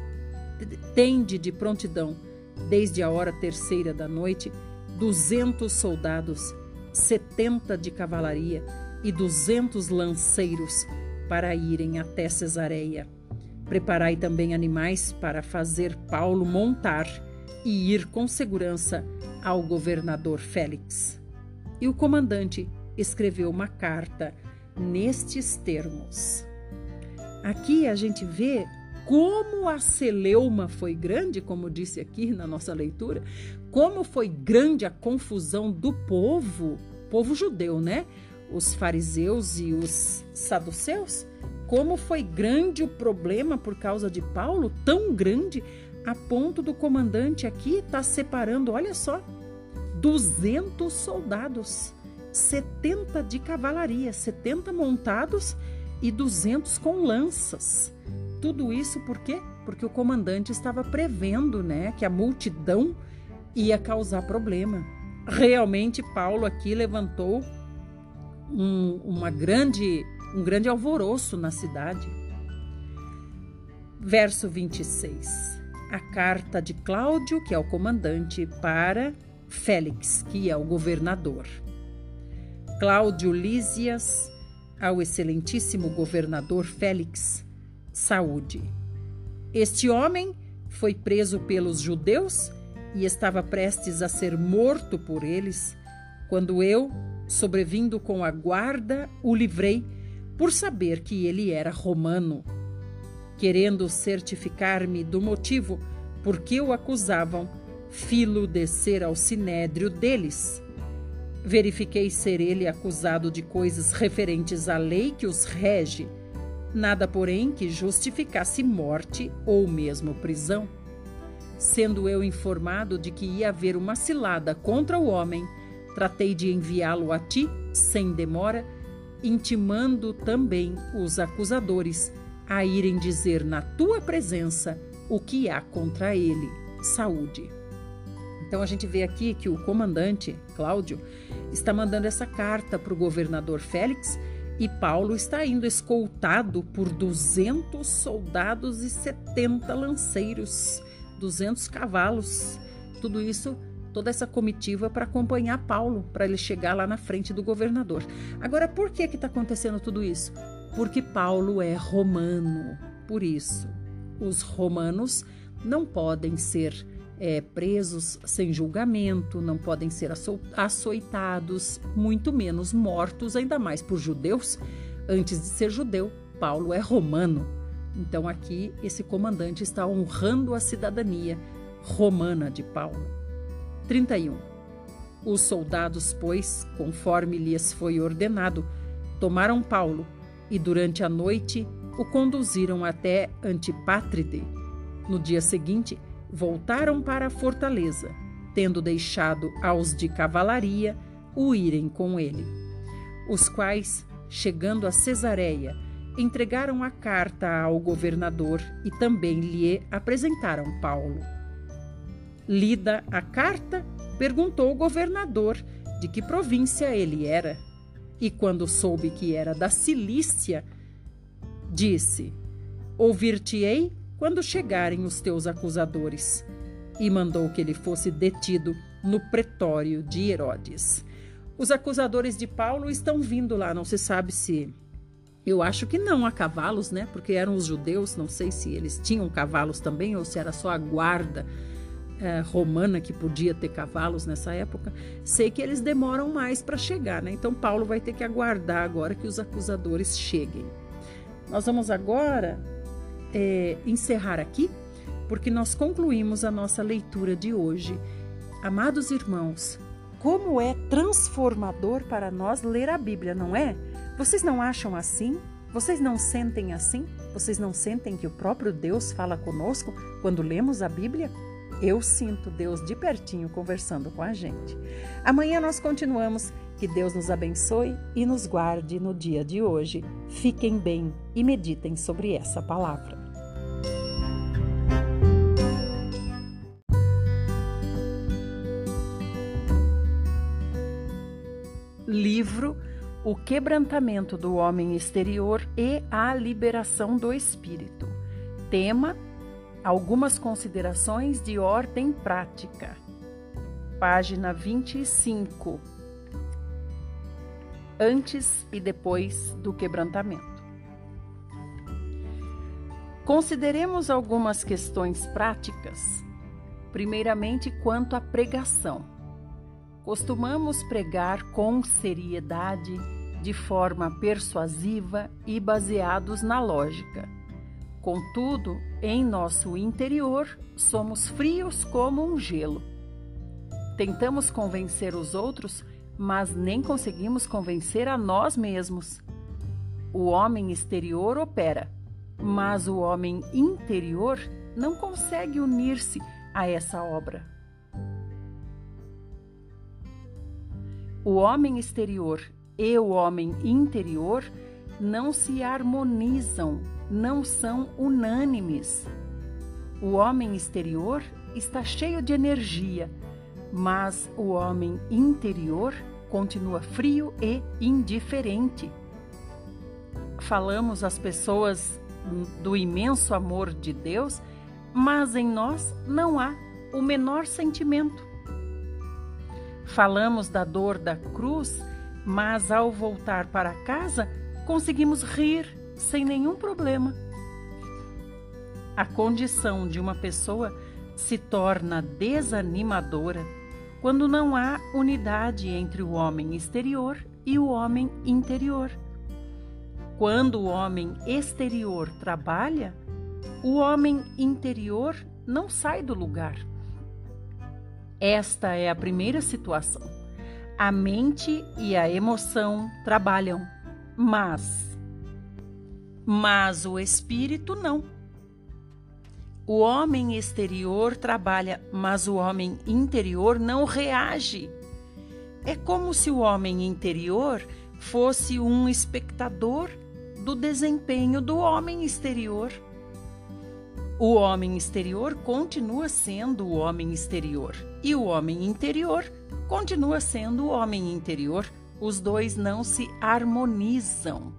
Tende de prontidão, desde a hora terceira da noite, duzentos soldados, setenta de cavalaria e duzentos lanceiros para irem até Cesareia. Preparai também animais para fazer Paulo montar e ir com segurança ao governador Félix. E o comandante escreveu uma carta nestes termos. Aqui a gente vê como a celeuma foi grande, como disse aqui na nossa leitura, como foi grande a confusão do povo povo judeu, né? Os fariseus e os saduceus. Como foi grande o problema por causa de Paulo, tão grande, a ponto do comandante aqui estar separando, olha só, duzentos soldados, setenta de cavalaria, setenta montados e duzentos com lanças. Tudo isso por quê? Porque o comandante estava prevendo, né, que a multidão ia causar problema. Realmente, Paulo aqui levantou um, uma grande, um grande alvoroço na cidade. Verso vinte e seis. A carta de Cláudio, que é o comandante, para Félix, que é o governador. Cláudio Lísias, ao excelentíssimo governador Félix, saúde. Este homem foi preso pelos judeus e estava prestes a ser morto por eles, quando eu, sobrevindo com a guarda, o livrei, por saber que ele era romano. Querendo certificar-me do motivo por que o acusavam, fi-lo descer ao sinédrio deles. Verifiquei ser ele acusado de coisas referentes à lei que os rege, nada, porém, que justificasse morte ou mesmo prisão. Sendo eu informado de que ia haver uma cilada contra o homem, tratei de enviá-lo a ti, sem demora, intimando também os acusadores a irem dizer na tua presença o que há contra ele. Saúde. Então a gente vê aqui que o comandante, Cláudio, está mandando essa carta para o governador Félix e Paulo está indo escoltado por duzentos soldados e setenta lanceiros, duzentos cavalos. Tudo isso, toda essa comitiva para acompanhar Paulo, para ele chegar lá na frente do governador. Agora, por que que está acontecendo tudo isso? Porque Paulo é romano. Por isso, os romanos não podem ser é, presos sem julgamento, não podem ser açoitados, muito menos mortos, ainda mais por judeus. Antes de ser judeu, Paulo é romano. Então aqui esse comandante está honrando a cidadania romana de Paulo. trinta e um. Os soldados, pois, conforme lhes foi ordenado, tomaram Paulo e durante a noite o conduziram até Antipátride. No dia seguinte, voltaram para a fortaleza, tendo deixado aos de cavalaria o irem com ele, os quais, chegando a Cesareia, entregaram a carta ao governador e também lhe apresentaram Paulo. Lida a carta, perguntou o governador de que província ele era, e quando soube que era da Cilícia, disse: ouvir-te-ei quando chegarem os teus acusadores, e mandou que ele fosse detido no pretório de Herodes. Os acusadores de Paulo estão vindo lá, não se sabe se... Eu acho que não a cavalos, né? Porque eram os judeus, não sei se eles tinham cavalos também, ou se era só a guarda eh, romana que podia ter cavalos nessa época. Sei que eles demoram mais para chegar, né? Então Paulo vai ter que aguardar agora que os acusadores cheguem. Nós vamos agora é, encerrar aqui, porque nós concluímos a nossa leitura de hoje. Amados irmãos, como é transformador para nós ler a Bíblia, não é? Vocês não acham assim? Vocês não sentem assim? Vocês não sentem que o próprio Deus fala conosco quando lemos a Bíblia? Eu sinto Deus de pertinho conversando com a gente. Amanhã nós continuamos. Que Deus nos abençoe e nos guarde no dia de hoje. Fiquem bem e meditem sobre essa palavra. Livro O Quebrantamento do Homem Exterior e a Liberação do Espírito. Tema: Algumas considerações de ordem prática. Página vinte e cinco. Antes e depois do quebrantamento. Consideremos algumas questões práticas. Primeiramente, quanto à pregação. Costumamos pregar com seriedade, de forma persuasiva e baseados na lógica. Contudo, em nosso interior, somos frios como um gelo. Tentamos convencer os outros mas nem conseguimos convencer a nós mesmos. O homem exterior opera, mas o homem interior não consegue unir-se a essa obra. O homem exterior e o homem interior não se harmonizam, não são unânimes. O homem exterior está cheio de energia, mas o homem interior continua frio e indiferente. Falamos às pessoas do imenso amor de Deus, mas em nós não há o menor sentimento. Falamos da dor da cruz, mas ao voltar para casa conseguimos rir sem nenhum problema. A condição de uma pessoa se torna desanimadora quando não há unidade entre o homem exterior e o homem interior. Quando o homem exterior trabalha, o homem interior não sai do lugar. Esta é a primeira situação. A mente e a emoção trabalham, mas, mas o espírito não. O homem exterior trabalha, mas o homem interior não reage. É como se o homem interior fosse um espectador do desempenho do homem exterior. O homem exterior continua sendo o homem exterior e o homem interior continua sendo o homem interior. Os dois não se harmonizam.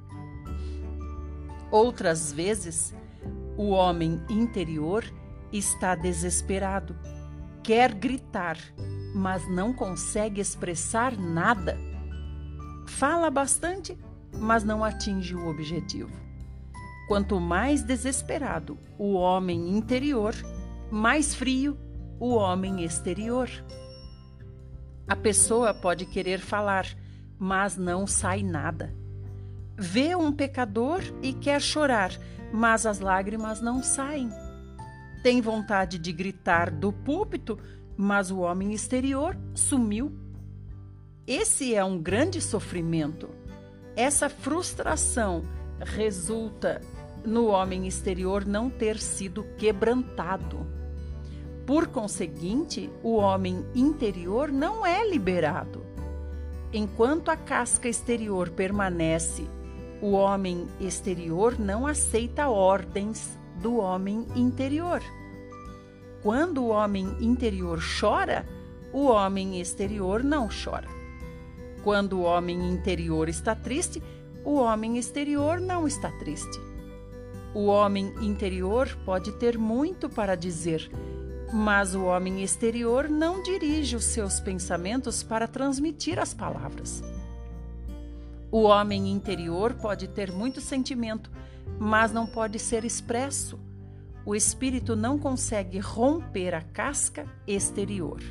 Outras vezes, o homem interior está desesperado, quer gritar, mas não consegue expressar nada. Fala bastante, mas não atinge o objetivo. Quanto mais desesperado o homem interior, mais frio o homem exterior. A pessoa pode querer falar, mas não sai nada. Vê um pecador e quer chorar, mas as lágrimas não saem. Tem vontade de gritar do púlpito, mas o homem exterior sumiu. Esse é um grande sofrimento. Essa frustração resulta no homem exterior não ter sido quebrantado. Por conseguinte, o homem interior não é liberado. Enquanto a casca exterior permanece, o homem exterior não aceita ordens do homem interior. Quando o homem interior chora, o homem exterior não chora. Quando o homem interior está triste, o homem exterior não está triste. O homem interior pode ter muito para dizer, mas o homem exterior não dirige os seus pensamentos para transmitir as palavras. O homem interior pode ter muito sentimento, mas não pode ser expresso. O espírito não consegue romper a casca exterior.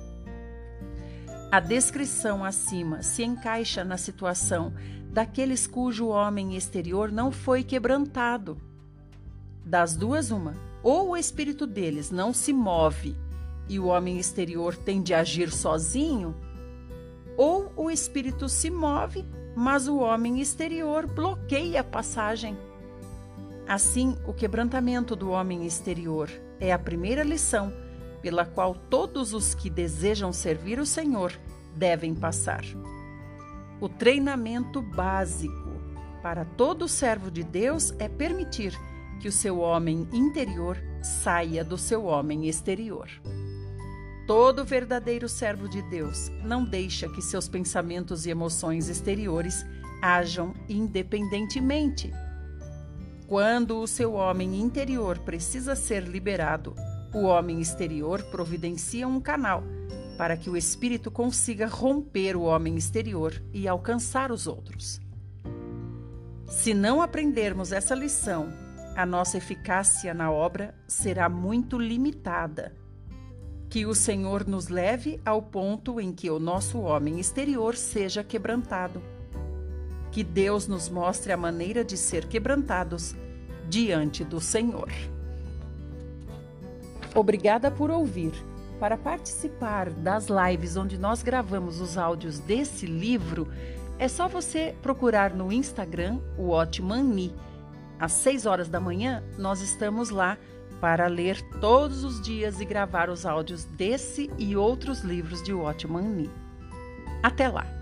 A descrição acima se encaixa na situação daqueles cujo homem exterior não foi quebrantado. Das duas, uma. Ou o espírito deles não se move e o homem exterior tem de agir sozinho, ou o espírito se move, mas o homem exterior bloqueia a passagem. Assim, o quebrantamento do homem exterior é a primeira lição pela qual todos os que desejam servir o Senhor devem passar. O treinamento básico para todo servo de Deus é permitir que o seu homem interior saia do seu homem exterior. Todo verdadeiro servo de Deus não deixa que seus pensamentos e emoções exteriores ajam independentemente. Quando o seu homem interior precisa ser liberado, o homem exterior providencia um canal para que o espírito consiga romper o homem exterior e alcançar os outros. Se não aprendermos essa lição, a nossa eficácia na obra será muito limitada. Que o Senhor nos leve ao ponto em que o nosso homem exterior seja quebrantado. Que Deus nos mostre a maneira de ser quebrantados diante do Senhor. Obrigada por ouvir. Para participar das lives onde nós gravamos os áudios desse livro, é só você procurar no Instagram o Watchman Às seis horas da manhã, nós estamos lá para ler todos os dias e gravar os áudios desse e outros livros de Watchman Nee. Até lá!